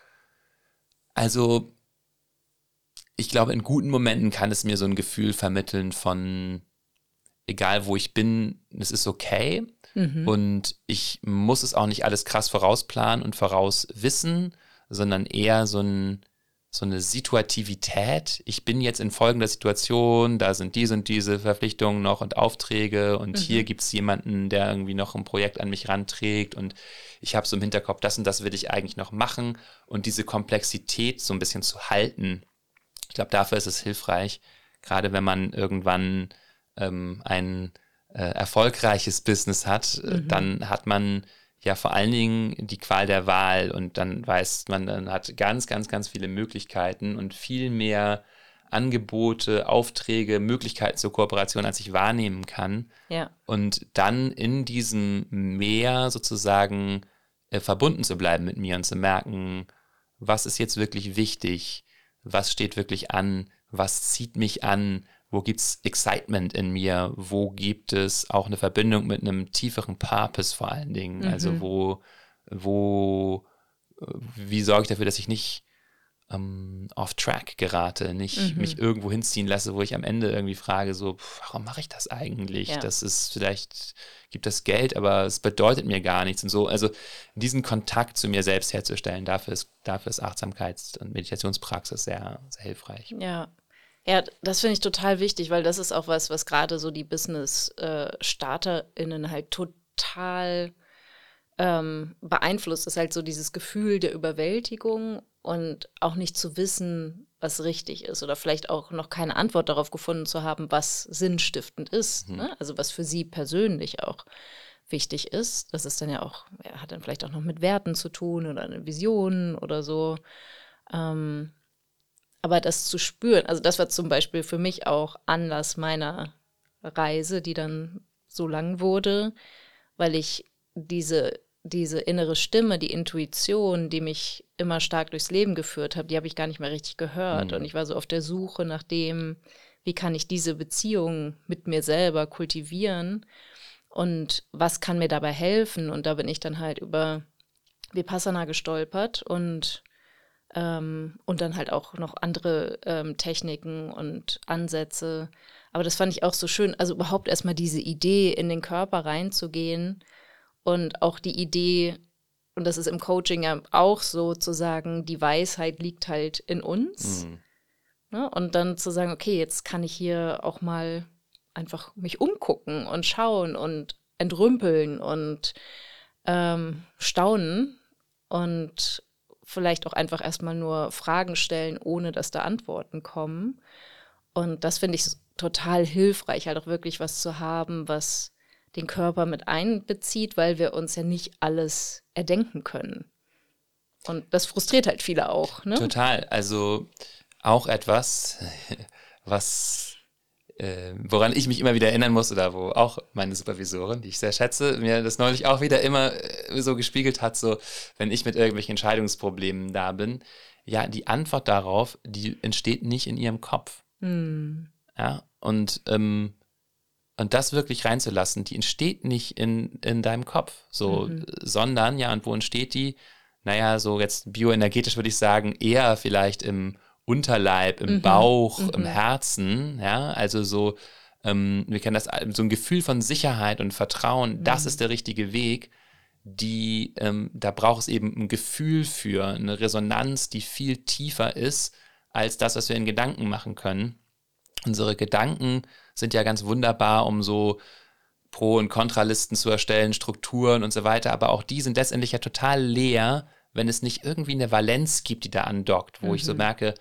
Also, ich glaube, in guten Momenten kann es mir so ein Gefühl vermitteln von, egal wo ich bin, es ist okay. Mhm. Und ich muss es auch nicht alles krass vorausplanen und vorauswissen, sondern eher so, ein, so eine Situativität. Ich bin jetzt in folgender Situation, da sind diese und diese Verpflichtungen noch und Aufträge und Mhm. hier gibt es jemanden, der irgendwie noch ein Projekt an mich ranträgt und ich habe so im Hinterkopf, das und das will ich eigentlich noch machen und diese Komplexität so ein bisschen zu halten. Ich glaube, dafür ist es hilfreich, gerade wenn man irgendwann ähm, ein äh, erfolgreiches Business hat, äh, Mhm. dann hat man ja vor allen Dingen die Qual der Wahl und dann weiß man, dann hat ganz, ganz, ganz viele Möglichkeiten und viel mehr Angebote, Aufträge, Möglichkeiten zur Kooperation, als ich wahrnehmen kann. Ja. Und dann in diesem Meer sozusagen äh, verbunden zu bleiben mit mir und zu merken, was ist jetzt wirklich wichtig, was steht wirklich an, was zieht mich an, wo gibt es Excitement in mir, wo gibt es auch eine Verbindung mit einem tieferen Purpose vor allen Dingen, Mhm. also wo, wo, äh, wie sorge ich dafür, dass ich nicht ähm, off track gerate, nicht Mhm. mich irgendwo hinziehen lasse, wo ich am Ende irgendwie frage, so, pff, warum mache ich das eigentlich? Ja. Das ist vielleicht, gibt das Geld, aber es bedeutet mir gar nichts und so. Also diesen Kontakt zu mir selbst herzustellen, dafür ist, dafür ist Achtsamkeits- und Meditationspraxis sehr, sehr hilfreich. Ja. Ja, das finde ich total wichtig, weil das ist auch was, was gerade so die Business-StarterInnen halt total ähm, beeinflusst, ist halt so dieses Gefühl der Überwältigung und auch nicht zu wissen, was richtig ist oder vielleicht auch noch keine Antwort darauf gefunden zu haben, was sinnstiftend ist, Mhm. ne? Also was für sie persönlich auch wichtig ist. Das ist dann ja auch, ja, hat dann vielleicht auch noch mit Werten zu tun oder eine Vision oder so. Ähm, aber das zu spüren, also das war zum Beispiel für mich auch Anlass meiner Reise, die dann so lang wurde, weil ich diese, diese innere Stimme, die Intuition, die mich immer stark durchs Leben geführt hat, die habe ich gar nicht mehr richtig gehört. Mhm. Und ich war so auf der Suche nach dem, wie kann ich diese Beziehung mit mir selber kultivieren und was kann mir dabei helfen? Und da bin ich dann halt über Vipassana gestolpert und, ähm, und dann halt auch noch andere ähm, Techniken und Ansätze. Aber das fand ich auch so schön, also überhaupt erstmal diese Idee, in den Körper reinzugehen und auch die Idee, und das ist im Coaching ja auch so, zu sagen, die Weisheit liegt halt in uns. Mhm. Ne? Und dann zu sagen, okay, jetzt kann ich hier auch mal einfach mich umgucken und schauen und entrümpeln und ähm, staunen und vielleicht auch einfach erstmal nur Fragen stellen, ohne dass da Antworten kommen. Und das finde ich total hilfreich, halt auch wirklich was zu haben, was den Körper mit einbezieht, weil wir uns ja nicht alles erdenken können. Und das frustriert halt viele auch, ne? Total. Also auch etwas, was, äh, woran ich mich immer wieder erinnern muss oder wo auch meine Supervisorin, die ich sehr schätze, mir das neulich auch wieder immer äh, so gespiegelt hat, so wenn ich mit irgendwelchen Entscheidungsproblemen da bin. Ja, die Antwort darauf, die entsteht nicht in ihrem Kopf. Hm. Ja, und, ähm, und das wirklich reinzulassen, die entsteht nicht in, in deinem Kopf, so, Mhm. sondern, ja, und wo entsteht die? Naja, so jetzt bioenergetisch würde ich sagen, eher vielleicht im Unterleib, im Mhm. Bauch, Mhm. im Herzen, ja, also so, ähm, wir kennen das, so ein Gefühl von Sicherheit und Vertrauen, das ist der richtige Weg, die, ähm, da braucht es eben ein Gefühl für, eine Resonanz, die viel tiefer ist, als das, was wir in Gedanken machen können. Unsere Gedanken sind ja ganz wunderbar, um so Pro- und Kontralisten zu erstellen, Strukturen und so weiter, aber auch die sind letztendlich ja total leer, wenn es nicht irgendwie eine Valenz gibt, die da andockt, wo ich so merke,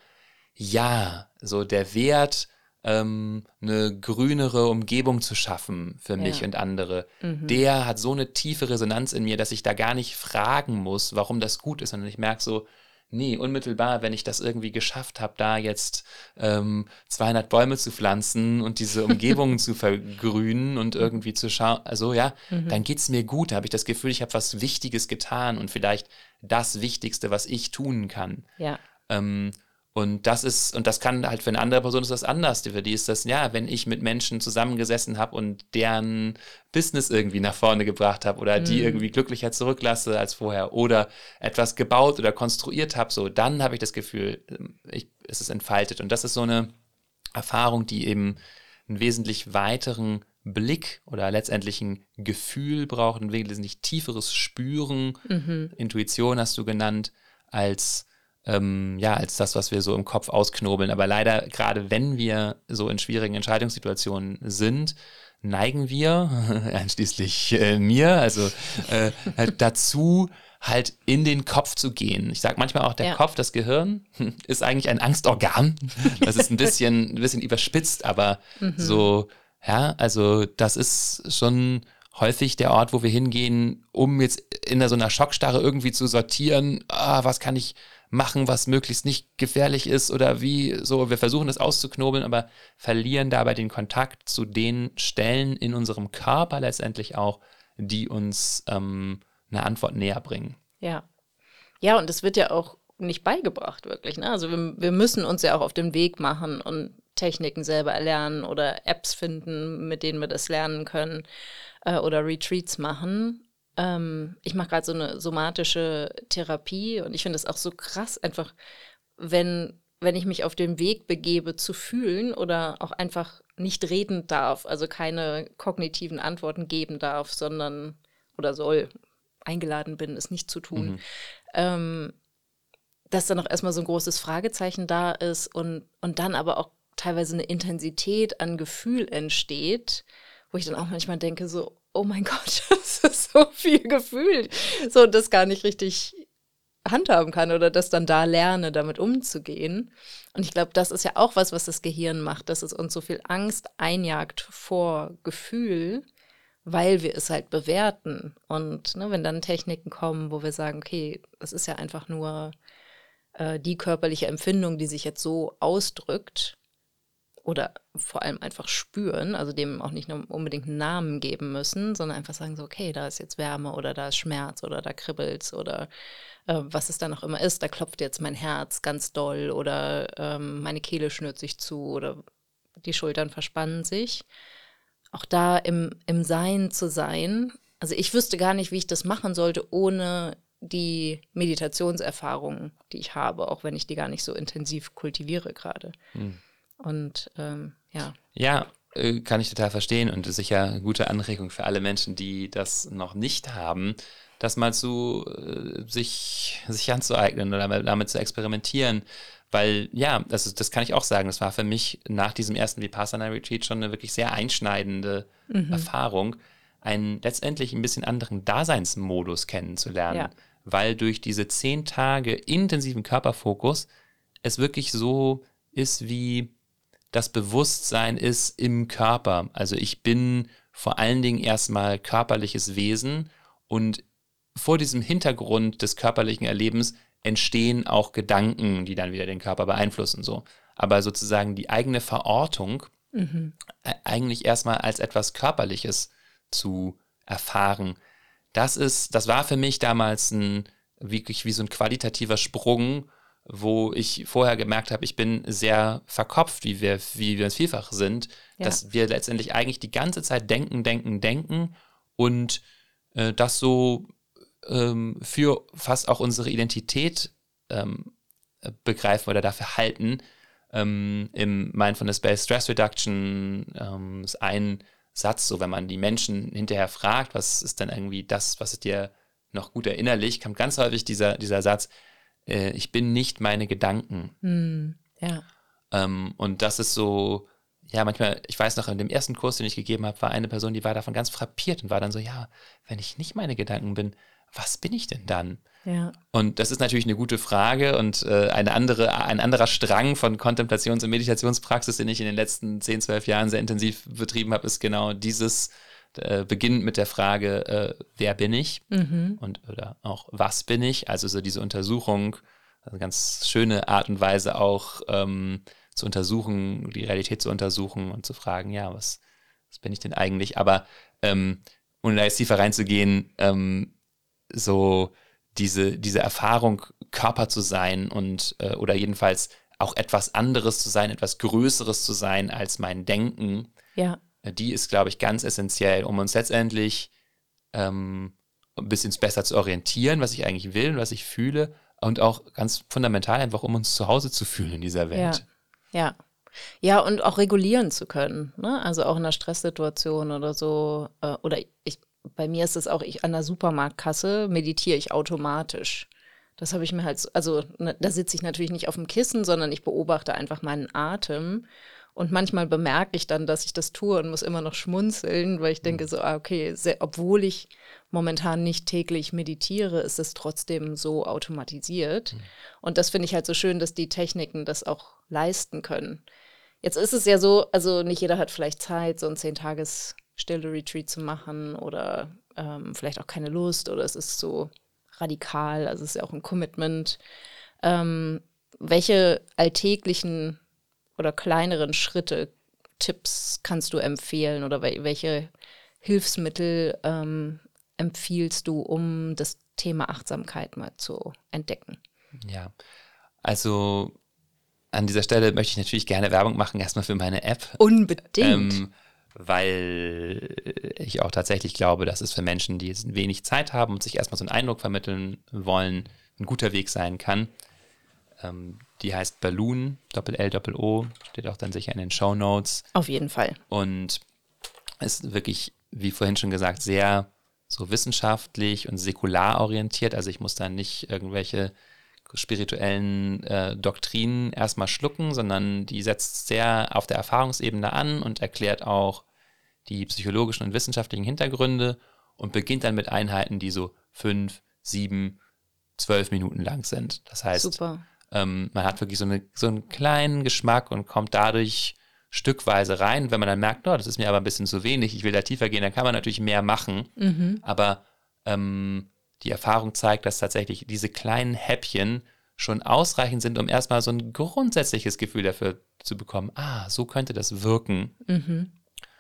ja, so der Wert, ähm, eine grünere Umgebung zu schaffen für mich Ja. und andere, Mhm. der hat so eine tiefe Resonanz in mir, dass ich da gar nicht fragen muss, warum das gut ist, sondern ich merke so, nee, unmittelbar, wenn ich das irgendwie geschafft habe, da jetzt ähm, zweihundert Bäume zu pflanzen und diese Umgebungen zu vergrünen und irgendwie zu schauen, also ja, Mhm. dann geht es mir gut, da habe ich das Gefühl, ich habe was Wichtiges getan und vielleicht das Wichtigste, was ich tun kann. Ja. Ähm, und das ist, und das kann halt für eine andere Person ist das anders. Für die ist das, ja, wenn ich mit Menschen zusammengesessen habe und deren Business irgendwie nach vorne gebracht habe oder die irgendwie glücklicher zurücklasse als vorher oder etwas gebaut oder konstruiert habe, so, dann habe ich das Gefühl, ich, es ist entfaltet. Und das ist so eine Erfahrung, die eben einen wesentlich weiteren Blick oder letztendlich ein Gefühl braucht, ein wesentlich tieferes Spüren, Mhm. Intuition hast du genannt, als Ähm, ja, als das, was wir so im Kopf ausknobeln. Aber leider, gerade wenn wir so in schwierigen Entscheidungssituationen sind, neigen wir, einschließlich äh, mir, also äh, halt dazu, halt in den Kopf zu gehen. Ich sage manchmal auch, der Ja. Kopf, das Gehirn, ist eigentlich ein Angstorgan. Das ist ein bisschen, ein bisschen überspitzt, aber so, ja, also das ist schon häufig der Ort, wo wir hingehen, um jetzt in so einer Schockstarre irgendwie zu sortieren, ah, was kann ich machen, was möglichst nicht gefährlich ist oder wie so. Wir versuchen das auszuknobeln, aber verlieren dabei den Kontakt zu den Stellen in unserem Körper letztendlich auch, die uns ähm, eine Antwort näher bringen. Ja. Ja, und es wird ja auch nicht beigebracht, wirklich. Ne? Also wir, wir müssen uns ja auch auf den Weg machen und Techniken selber erlernen oder Apps finden, mit denen wir das lernen können äh, oder Retreats machen. Ähm, ich mache gerade so eine somatische Therapie und ich finde es auch so krass, einfach, wenn, wenn ich mich auf den Weg begebe, zu fühlen oder auch einfach nicht reden darf, also keine kognitiven Antworten geben darf, sondern oder soll, eingeladen bin, es nicht zu tun, Mhm. ähm, dass dann auch erstmal so ein großes Fragezeichen da ist und, und dann aber auch teilweise eine Intensität an Gefühl entsteht, wo ich dann auch manchmal denke, so, oh mein Gott, das ist so viel Gefühl, so das gar nicht richtig handhaben kann oder das dann da lerne, damit umzugehen. Und ich glaube, das ist ja auch was, was das Gehirn macht, dass es uns so viel Angst einjagt vor Gefühl, weil wir es halt bewerten. Und ne, wenn dann Techniken kommen, wo wir sagen, okay, es ist ja einfach nur äh, die körperliche Empfindung, die sich jetzt so ausdrückt oder vor allem einfach spüren, also dem auch nicht nur unbedingt einen Namen geben müssen, sondern einfach sagen so, okay, da ist jetzt Wärme oder da ist Schmerz oder da kribbelt's oder äh, was es dann auch immer ist, da klopft jetzt mein Herz ganz doll oder ähm, meine Kehle schnürt sich zu oder die Schultern verspannen sich. Auch da im, im Sein zu sein. Also ich wüsste gar nicht, wie ich das machen sollte, ohne die Meditationserfahrung, die ich habe, auch wenn ich die gar nicht so intensiv kultiviere gerade. Hm. Und ähm, ja. Ja, äh, kann ich total verstehen und ist sicher eine gute Anregung für alle Menschen, die das noch nicht haben, das mal zu äh, sich, sich anzueignen oder damit zu experimentieren. Weil, ja, also das kann ich auch sagen, das war für mich nach diesem ersten Vipassana-Retreat schon eine wirklich sehr einschneidende mhm. Erfahrung, einen letztendlich ein bisschen anderen Daseinsmodus kennenzulernen. Ja. Weil durch diese zehn Tage intensiven Körperfokus es wirklich so ist, wie das Bewusstsein ist im Körper. Also ich bin vor allen Dingen erstmal körperliches Wesen und vor diesem Hintergrund des körperlichen Erlebens entstehen auch Gedanken, die dann wieder den Körper beeinflussen. So. Aber sozusagen die eigene Verortung mhm. eigentlich erstmal als etwas Körperliches zu erfahren, das ist, das war für mich damals ein, wirklich wie so ein qualitativer Sprung, wo ich vorher gemerkt habe, ich bin sehr verkopft, wie wir, wie wir es vielfach sind, ja. dass wir letztendlich eigentlich die ganze Zeit denken, denken, denken und äh, das so ähm, für fast auch unsere Identität ähm, begreifen oder dafür halten. Ähm, Im Mindfulness-Based Stress Reduction ähm, ist ein Satz, so wenn man die Menschen hinterher fragt, was ist denn irgendwie das, was ist dir noch gut erinnerlich, kommt ganz häufig dieser, dieser Satz, äh, ich bin nicht meine Gedanken. Mm, ja. Ähm, und das ist so, ja, manchmal, ich weiß noch, in dem ersten Kurs, den ich gegeben habe, war eine Person, die war davon ganz frappiert und war dann so, ja, wenn ich nicht meine Gedanken bin, was bin ich denn dann? Ja. Und das ist natürlich eine gute Frage und äh, eine andere, ein anderer Strang von Kontemplations- und Meditationspraxis, den ich in den letzten zehn, zwölf Jahren sehr intensiv betrieben habe, ist genau dieses, äh, beginnt mit der Frage, äh, wer bin ich? Mhm. Und oder auch, was bin ich? Also so diese Untersuchung, eine ganz schöne Art und Weise auch ähm, zu untersuchen, die Realität zu untersuchen und zu fragen, ja, was, was bin ich denn eigentlich? Aber ähm, um da jetzt tiefer reinzugehen, ähm, so diese, diese Erfahrung, Körper zu sein und äh, oder jedenfalls auch etwas anderes zu sein, etwas Größeres zu sein als mein Denken, ja. äh, die ist, glaube ich, ganz essentiell, um uns letztendlich ähm, ein bisschen besser zu orientieren, was ich eigentlich will und was ich fühle und auch ganz fundamental einfach, um uns zu Hause zu fühlen in dieser Welt. Ja, ja. Ja, und auch regulieren zu können, ne? Also auch in einer Stresssituation oder so, äh, oder ich bei mir ist es auch, ich an der Supermarktkasse meditiere ich automatisch. Das habe ich mir halt, so, also ne, da sitze ich natürlich nicht auf dem Kissen, sondern ich beobachte einfach meinen Atem. Und manchmal bemerke ich dann, dass ich das tue und muss immer noch schmunzeln, weil ich denke so, ah, okay, sehr, obwohl ich momentan nicht täglich meditiere, ist es trotzdem so automatisiert. Mhm. Und das finde ich halt so schön, dass die Techniken das auch leisten können. Jetzt ist es ja so, also nicht jeder hat vielleicht Zeit, so ein zehn-Tages- stille Retreat zu machen oder ähm, vielleicht auch keine Lust oder es ist so radikal, also es ist ja auch ein Commitment. Ähm, welche alltäglichen oder kleineren Schritte, Tipps kannst du empfehlen oder welche Hilfsmittel ähm, empfiehlst du, um das Thema Achtsamkeit mal zu entdecken? Ja, also an dieser Stelle möchte ich natürlich gerne Werbung machen, erstmal für meine App. Unbedingt. Ähm, weil ich auch tatsächlich glaube, dass es für Menschen, die jetzt wenig Zeit haben und sich erstmal so einen Eindruck vermitteln wollen, ein guter Weg sein kann. Ähm, die heißt Balloon, Doppel-L, Doppel-O, steht auch dann sicher in den Shownotes. Auf jeden Fall. Und ist wirklich, wie vorhin schon gesagt, sehr so wissenschaftlich und säkular orientiert. Also ich muss da nicht irgendwelche spirituellen äh, Doktrinen erstmal schlucken, sondern die setzt sehr auf der Erfahrungsebene an und erklärt auch die psychologischen und wissenschaftlichen Hintergründe und beginnt dann mit Einheiten, die so fünf, sieben, zwölf Minuten lang sind. Das heißt, ähm, man hat wirklich so, eine, so einen kleinen Geschmack und kommt dadurch stückweise rein. Wenn man dann merkt, oh, das ist mir aber ein bisschen zu wenig, ich will da tiefer gehen, dann kann man natürlich mehr machen. Mhm. Aber ähm, die Erfahrung zeigt, dass tatsächlich diese kleinen Häppchen schon ausreichend sind, um erstmal so ein grundsätzliches Gefühl dafür zu bekommen, ah, so könnte das wirken. Mhm.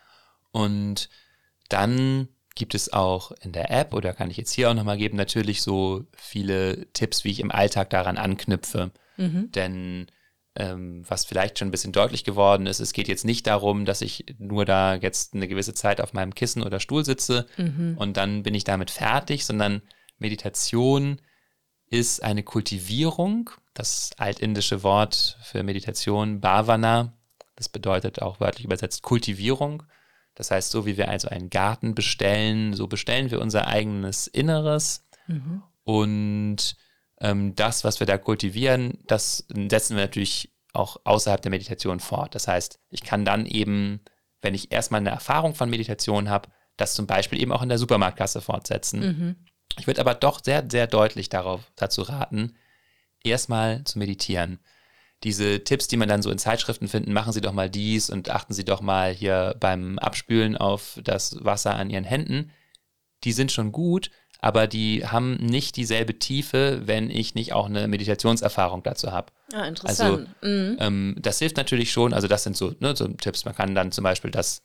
Und dann gibt es auch in der App, oder kann ich jetzt hier auch nochmal geben, natürlich so viele Tipps, wie ich im Alltag daran anknüpfe. Mhm. Denn ähm, was vielleicht schon ein bisschen deutlich geworden ist, es geht jetzt nicht darum, dass ich nur da jetzt eine gewisse Zeit auf meinem Kissen oder Stuhl sitze Mhm. und dann bin ich damit fertig, sondern Meditation ist eine Kultivierung. Das altindische Wort für Meditation, Bhavana, das bedeutet auch wörtlich übersetzt Kultivierung. Das heißt, so wie wir also einen Garten bestellen, so bestellen wir unser eigenes Inneres. Mhm. Und ähm, das, was wir da kultivieren, das setzen wir natürlich auch außerhalb der Meditation fort. Das heißt, ich kann dann eben, wenn ich erstmal eine Erfahrung von Meditation habe, das zum Beispiel eben auch in der Supermarktkasse fortsetzen. Mhm. Ich würde aber doch sehr, sehr deutlich darauf, dazu raten, erstmal zu meditieren. Diese Tipps, die man dann so in Zeitschriften finden, machen Sie doch mal dies und achten Sie doch mal hier beim Abspülen auf das Wasser an Ihren Händen, die sind schon gut, aber die haben nicht dieselbe Tiefe, wenn ich nicht auch eine Meditationserfahrung dazu habe. Ah, interessant. Also Mhm. ähm, das hilft natürlich schon, also das sind so, ne, so Tipps, man kann dann zum Beispiel das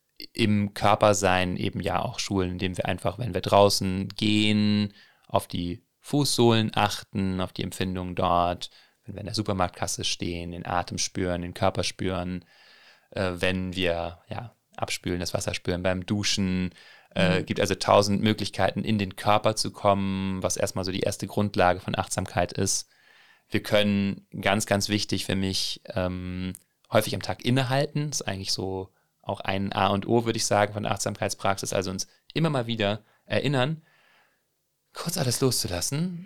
im Körpersein eben ja auch schulen, indem wir einfach, wenn wir draußen gehen, auf die Fußsohlen achten, auf die Empfindungen dort, wenn wir in der Supermarktkasse stehen, den Atem spüren, den Körper spüren, äh, wenn wir ja, abspülen, das Wasser spüren beim Duschen. Äh, Mhm. gibt also tausend Möglichkeiten, in den Körper zu kommen, was erstmal so die erste Grundlage von Achtsamkeit ist. Wir können, ganz, ganz wichtig für mich, ähm, häufig am Tag innehalten. Das ist eigentlich so auch ein A und O, würde ich sagen, von Achtsamkeitspraxis. Also uns immer mal wieder erinnern, kurz alles loszulassen.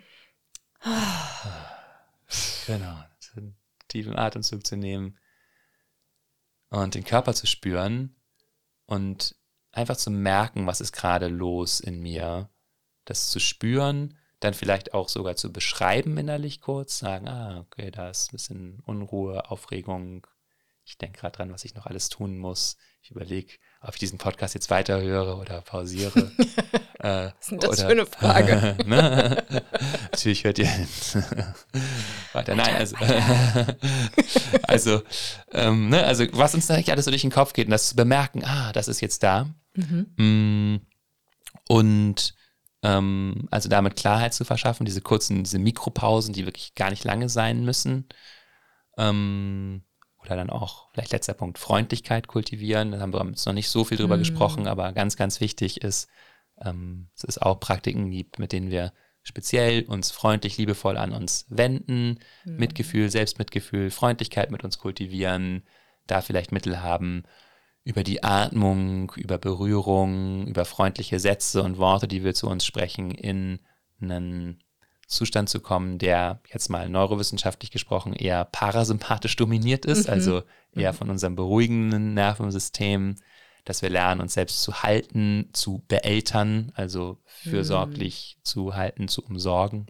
Genau, einen tiefen Atemzug zu nehmen und den Körper zu spüren und einfach zu merken, was ist gerade los in mir. Das zu spüren, dann vielleicht auch sogar zu beschreiben innerlich kurz, sagen, ah, okay, da ist ein bisschen Unruhe, Aufregung. Ich denke gerade dran, was ich noch alles tun muss. Ich überlege, ob ich diesen Podcast jetzt weiterhöre oder pausiere. äh, Was ist denn das oder, für eine Frage? ne? Natürlich hört ihr weiter. Nein, also, also, ähm, ne, also was uns da alles so durch den Kopf geht und das zu bemerken, ah, das ist jetzt da. Mhm. Und ähm, also damit Klarheit zu verschaffen, diese kurzen, diese Mikropausen, die wirklich gar nicht lange sein müssen. Ähm, oder dann auch, vielleicht letzter Punkt, Freundlichkeit kultivieren. Da haben wir jetzt noch nicht so viel drüber Mhm. gesprochen, aber ganz, ganz wichtig ist, ähm, dass es auch Praktiken gibt, mit denen wir speziell uns freundlich, liebevoll an uns wenden, Mhm. Mitgefühl, Selbstmitgefühl, Freundlichkeit mit uns kultivieren, da vielleicht Mittel haben, über die Atmung, über Berührung, über freundliche Sätze und Worte, die wir zu uns sprechen, in einen Zustand zu kommen, der jetzt mal neurowissenschaftlich gesprochen eher parasympathisch dominiert ist, Mhm. also eher Mhm. von unserem beruhigenden Nervensystem, dass wir lernen, uns selbst zu halten, zu beeltern, also fürsorglich zu halten, zu umsorgen.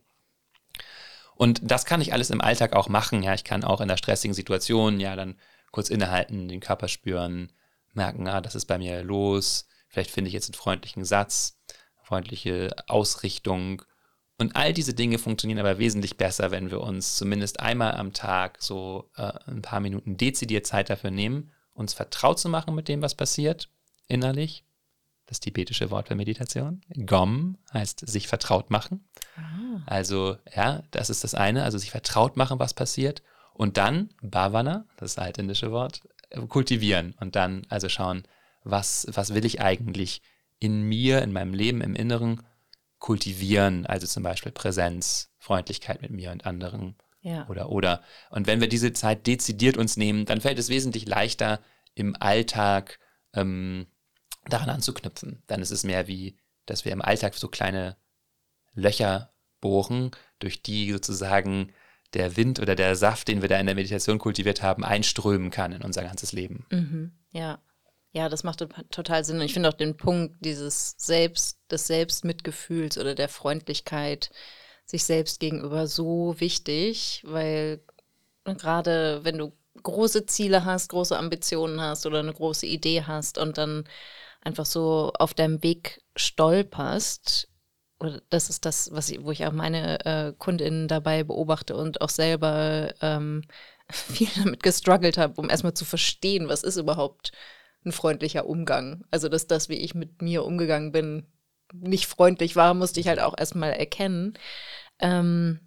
Und das kann ich alles im Alltag auch machen. Ja, ich kann auch in einer stressigen Situation ja dann kurz innehalten, den Körper spüren, merken, ah, das ist bei mir los. Vielleicht finde ich jetzt einen freundlichen Satz, freundliche Ausrichtung. Und all diese Dinge funktionieren aber wesentlich besser, wenn wir uns zumindest einmal am Tag so äh, ein paar Minuten dezidiert Zeit dafür nehmen, uns vertraut zu machen mit dem, was passiert, innerlich. Das tibetische Wort für Meditation. Gom heißt sich vertraut machen. Ah. Also, ja, das ist das eine, also sich vertraut machen, was passiert. Und dann Bhavana, das altindische Wort, kultivieren. Und dann also schauen, was, was will ich eigentlich in mir, in meinem Leben, im Inneren kultivieren. Also zum Beispiel Präsenz, Freundlichkeit mit mir und anderen. Ja. Oder, oder. Und wenn wir diese Zeit dezidiert uns nehmen, dann fällt es wesentlich leichter, im Alltag ähm, daran anzuknüpfen. Dann ist es mehr wie, dass wir im Alltag so kleine Löcher bohren, durch die sozusagen der Wind oder der Saft, den wir da in der Meditation kultiviert haben, einströmen kann in unser ganzes Leben. Mhm. Ja. Ja, das macht total Sinn. Und ich finde auch den Punkt dieses Selbst, des Selbstmitgefühls oder der Freundlichkeit sich selbst gegenüber so wichtig, weil gerade wenn du große Ziele hast, große Ambitionen hast oder eine große Idee hast und dann einfach so auf deinem Weg stolperst. Oder das ist das, was ich, wo ich auch meine äh, KundInnen dabei beobachte und auch selber ähm, viel damit gestruggelt habe, um erstmal zu verstehen, was ist überhaupt ein freundlicher Umgang. Also, dass das, wie ich mit mir umgegangen bin, nicht freundlich war, musste ich halt auch erstmal erkennen. Ähm,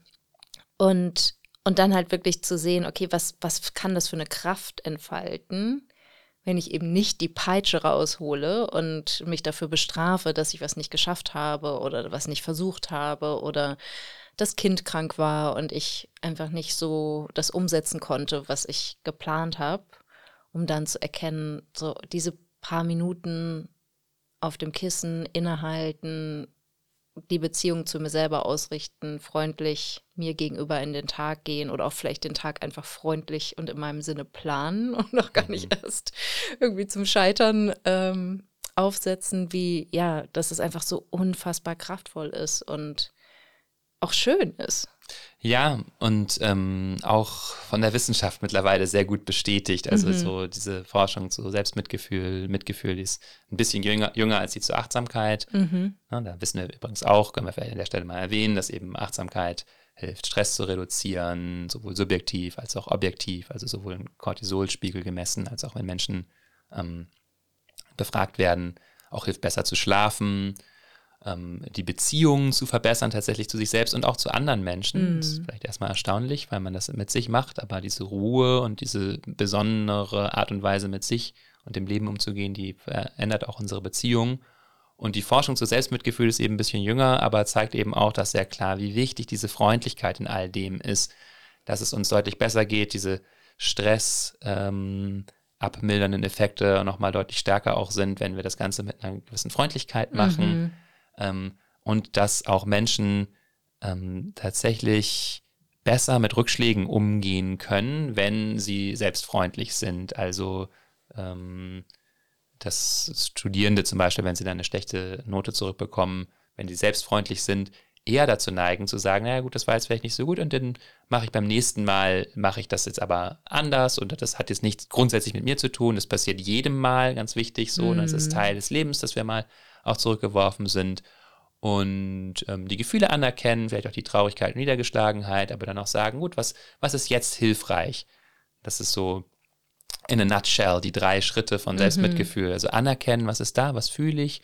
und, und dann halt wirklich zu sehen, okay, was, was kann das für eine Kraft entfalten, wenn ich eben nicht die Peitsche raushole und mich dafür bestrafe, dass ich was nicht geschafft habe oder was nicht versucht habe oder das Kind krank war und ich einfach nicht so das umsetzen konnte, was ich geplant habe, um dann zu erkennen, so diese paar Minuten auf dem Kissen innehalten, die Beziehung zu mir selber ausrichten, freundlich mir gegenüber in den Tag gehen oder auch vielleicht den Tag einfach freundlich und in meinem Sinne planen und noch gar nicht erst irgendwie zum Scheitern ähm, aufsetzen, wie, ja, dass es einfach so unfassbar kraftvoll ist und auch schön ist. Ja, und ähm, auch von der Wissenschaft mittlerweile sehr gut bestätigt. Also Mhm. so diese Forschung zu Selbstmitgefühl, Mitgefühl, die ist ein bisschen jünger, jünger als die zur Achtsamkeit. Mhm. Ja, da wissen wir übrigens auch, können wir vielleicht an der Stelle mal erwähnen, dass eben Achtsamkeit hilft, Stress zu reduzieren, sowohl subjektiv als auch objektiv, also sowohl im Cortisolspiegel gemessen, als auch wenn Menschen ähm, befragt werden, auch hilft besser zu schlafen, die Beziehungen zu verbessern, tatsächlich zu sich selbst und auch zu anderen Menschen. Mm. Das ist vielleicht erstmal erstaunlich, weil man das mit sich macht, aber diese Ruhe und diese besondere Art und Weise mit sich und dem Leben umzugehen, die verändert auch unsere Beziehungen. Und die Forschung zu Selbstmitgefühl ist eben ein bisschen jünger, aber zeigt eben auch, dass sehr klar, wie wichtig diese Freundlichkeit in all dem ist, dass es uns deutlich besser geht, diese Stress ähm, abmildernden Effekte nochmal deutlich stärker auch sind, wenn wir das Ganze mit einer gewissen Freundlichkeit machen. Mhm. Ähm, und dass auch Menschen ähm, tatsächlich besser mit Rückschlägen umgehen können, wenn sie selbstfreundlich sind. Also ähm, dass Studierende zum Beispiel, wenn sie dann eine schlechte Note zurückbekommen, wenn sie selbstfreundlich sind, eher dazu neigen zu sagen, naja gut, das war jetzt vielleicht nicht so gut und dann mache ich beim nächsten Mal, mache ich das jetzt aber anders und das hat jetzt nichts grundsätzlich mit mir zu tun, das passiert jedem Mal, ganz wichtig so, mm. und das ist Teil des Lebens, dass wir mal auch zurückgeworfen sind und ähm, die Gefühle anerkennen, vielleicht auch die Traurigkeit und Niedergeschlagenheit, aber dann auch sagen, gut, was, was ist jetzt hilfreich? Das ist so in a nutshell die drei Schritte von Selbstmitgefühl, mhm. also anerkennen, was ist da, was fühle ich,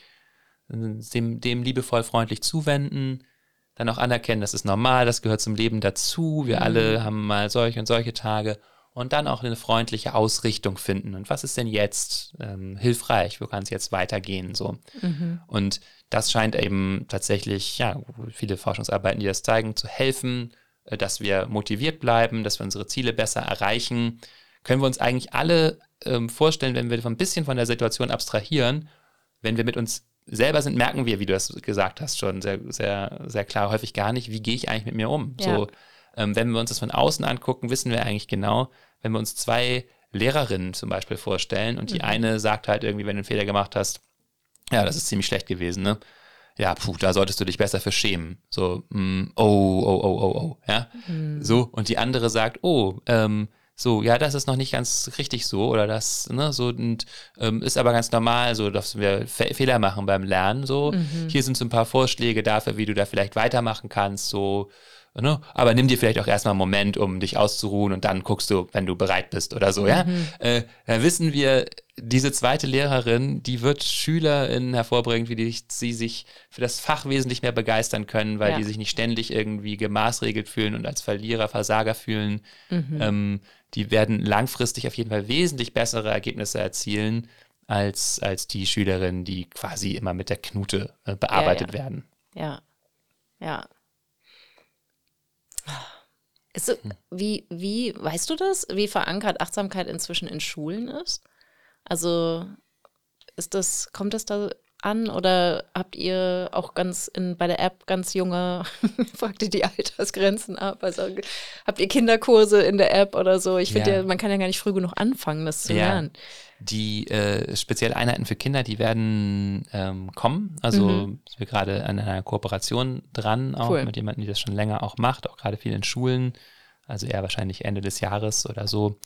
dem, dem liebevoll freundlich zuwenden, dann auch anerkennen, das ist normal, das gehört zum Leben dazu, wir mhm. alle haben mal solche und solche Tage und dann auch eine freundliche Ausrichtung finden. Und was ist denn jetzt ähm, hilfreich? Wo kann es jetzt weitergehen? So. Mhm. Und das scheint eben tatsächlich, ja, viele Forschungsarbeiten, die das zeigen, zu helfen, äh, dass wir motiviert bleiben, dass wir unsere Ziele besser erreichen. Können wir uns eigentlich alle ähm, vorstellen, wenn wir ein bisschen von der Situation abstrahieren, wenn wir mit uns selber sind, merken wir, wie du das gesagt hast, schon sehr, sehr, sehr klar, häufig gar nicht, wie gehe ich eigentlich mit mir um? Ja. So, ähm, wenn wir uns das von außen angucken, wissen wir eigentlich genau, wenn wir uns zwei Lehrerinnen zum Beispiel vorstellen und die mhm. eine sagt halt irgendwie, wenn du einen Fehler gemacht hast, ja, das ist ziemlich schlecht gewesen, ne? Ja, puh, da solltest du dich besser für schämen. So, mm, oh, oh, oh, oh, oh, ja? Mhm. So, und die andere sagt, oh, ähm, so, ja, das ist noch nicht ganz richtig so oder das, ne, so und ähm, ist aber ganz normal, so, dass wir Fe- Fehler machen beim Lernen, so. Mhm. Hier sind so ein paar Vorschläge dafür, wie du da vielleicht weitermachen kannst, so, ne, aber nimm dir vielleicht auch erstmal einen Moment, um dich auszuruhen und dann guckst du, wenn du bereit bist oder so, mhm. ja. Äh, da wissen wir, diese zweite Lehrerin, die wird SchülerInnen hervorbringen, wie die, sie sich für das Fach wesentlich mehr begeistern können, weil ja. die sich nicht ständig irgendwie gemaßregelt fühlen und als Verlierer, Versager fühlen. Mhm. Ähm, die werden langfristig auf jeden Fall wesentlich bessere Ergebnisse erzielen als, als die Schülerinnen, die quasi immer mit der Knute äh, bearbeitet ja, ja. werden. Ja, ja. Ist so, wie, wie, weißt du das, wie verankert Achtsamkeit inzwischen in Schulen ist? Also ist das, kommt das da an oder habt ihr auch ganz in, bei der App ganz junge, fragt ihr die Altersgrenzen ab? Also habt ihr Kinderkurse in der App oder so? Ich finde ja. ja, man kann ja gar nicht früh genug anfangen, das zu ja. lernen. Die äh, speziell Einheiten für Kinder, die werden ähm, kommen. Also mhm. sind wir gerade an einer Kooperation dran, auch cool. mit jemandem, die das schon länger auch macht, auch gerade viel in Schulen, also eher wahrscheinlich Ende des Jahres oder so.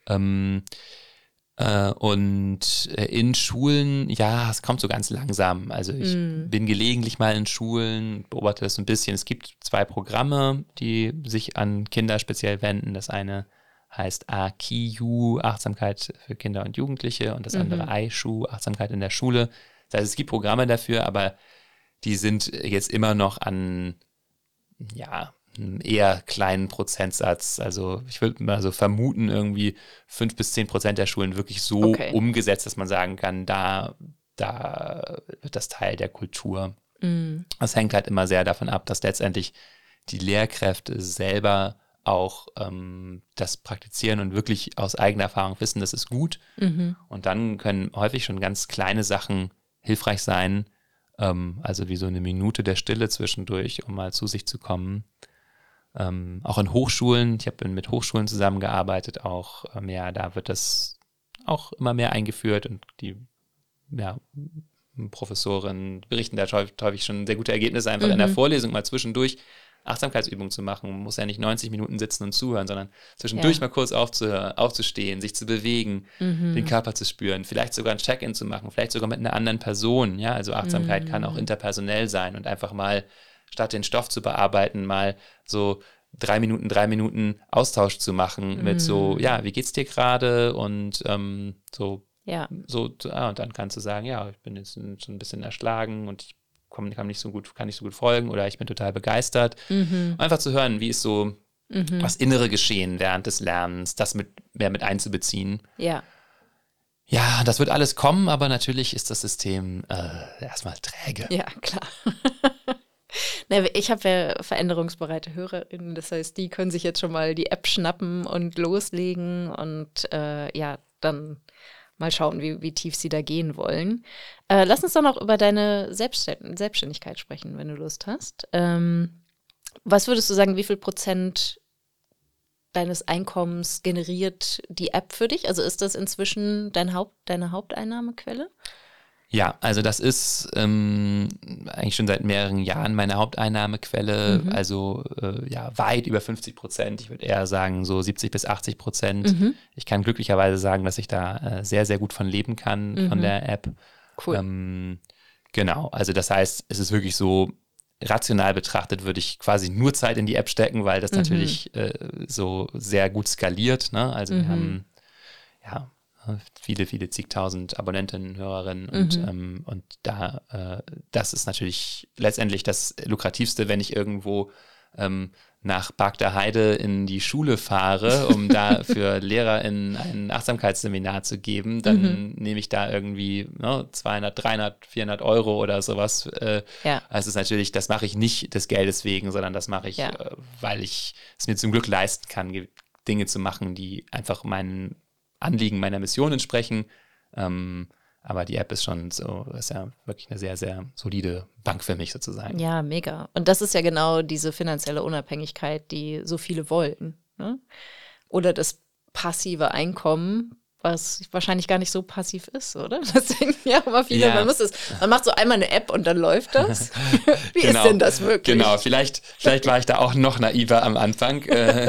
Ähm, äh, und in Schulen, ja, es kommt so ganz langsam. Also ich mm. bin gelegentlich mal in Schulen, beobachte das so ein bisschen. Es gibt zwei Programme, die sich an Kinder speziell wenden. Das eine heißt A K U, Achtsamkeit für Kinder und Jugendliche, und das mhm. andere I S H U, Achtsamkeit in der Schule. Das heißt, es gibt Programme dafür, aber die sind jetzt immer noch an, ja, einem eher kleinen Prozentsatz. Also ich würde mal so vermuten, irgendwie fünf bis zehn Prozent der Schulen wirklich so okay. umgesetzt, dass man sagen kann, da, da wird das Teil der Kultur. Mhm. Das hängt halt immer sehr davon ab, dass letztendlich die Lehrkräfte selber auch ähm, das praktizieren und wirklich aus eigener Erfahrung wissen, das ist gut. Mhm. Und dann können häufig schon ganz kleine Sachen hilfreich sein, ähm, also wie so eine Minute der Stille zwischendurch, um mal zu sich zu kommen. Ähm, auch in Hochschulen, ich habe mit Hochschulen zusammengearbeitet, auch ähm, ja, da wird das auch immer mehr eingeführt, und die ja, Professorinnen berichten da häufig schon sehr gute Ergebnisse, einfach mhm. in der Vorlesung mal zwischendurch Achtsamkeitsübungen zu machen. Man muss ja nicht neunzig Minuten sitzen und zuhören, sondern zwischendurch ja. mal kurz aufzuhören, aufzustehen, sich zu bewegen, mhm. den Körper zu spüren, vielleicht sogar ein Check-in zu machen, vielleicht sogar mit einer anderen Person. Ja, also Achtsamkeit mhm. kann auch interpersonell sein, und einfach mal, statt den Stoff zu bearbeiten, mal so drei Minuten, drei Minuten Austausch zu machen mhm. mit so, ja, wie geht's dir gerade? Und ähm, so, ja. so, ah, und dann kannst du sagen, ja, ich bin jetzt so ein bisschen erschlagen und ich Kann, kann, nicht so gut, kann nicht so gut folgen, oder ich bin total begeistert. Mhm. Einfach zu hören, wie ist so mhm. das innere Geschehen während des Lernens, das mit, mehr mit einzubeziehen. Ja. Ja, das wird alles kommen, aber natürlich ist das System äh, erstmal träge. Ja, klar. Ich habe ja veränderungsbereite HörerInnen, das heißt, die können sich jetzt schon mal die App schnappen und loslegen und äh, ja, dann mal schauen, wie, wie tief sie da gehen wollen. Äh, lass uns doch noch über deine Selbstständ- Selbstständigkeit sprechen, wenn du Lust hast. Ähm, was würdest du sagen, wie viel Prozent deines Einkommens generiert die App für dich? Also ist das inzwischen dein Haupt, deine Haupteinnahmequelle? Ja, also das ist ähm, eigentlich schon seit mehreren Jahren meine Haupteinnahmequelle, mhm. also äh, ja, weit über fünfzig Prozent. Ich würde eher sagen so siebzig bis achtzig Prozent. Mhm. Ich kann glücklicherweise sagen, dass ich da äh, sehr, sehr gut von leben kann, mhm. von der App. Cool. Ähm, genau, also das heißt, es ist wirklich so, rational betrachtet würde ich quasi nur Zeit in die App stecken, weil das mhm. natürlich äh, so sehr gut skaliert, ne? Also mhm. wir haben, ja, viele, viele zigtausend Abonnentinnen, Hörerinnen und, mhm. ähm, und da, äh, das ist natürlich letztendlich das Lukrativste, wenn ich irgendwo ähm, nach Bagda-Heide in die Schule fahre, um da für LehrerInnen ein Achtsamkeitsseminar zu geben, dann mhm. nehme ich da irgendwie ne, zweihundert, dreihundert, vierhundert Euro oder sowas. Äh, ja. Also es ist natürlich, das mache ich nicht des Geldes wegen, sondern das mache ich, ja. äh, weil ich es mir zum Glück leisten kann, Dinge zu machen, die einfach meinen Anliegen meiner Mission entsprechen. Ähm, aber die App ist schon so, ist ja wirklich eine sehr, sehr solide Bank für mich sozusagen. Ja, mega. Und das ist ja genau diese finanzielle Unabhängigkeit, die so viele wollten. Ne? Oder das passive Einkommen, was wahrscheinlich gar nicht so passiv ist, oder? Deswegen, ja, aber viele, ja. man muss es, man macht so einmal eine App und dann läuft das. Wie genau. ist denn das wirklich? Genau, vielleicht, vielleicht war ich da auch noch naiver am Anfang.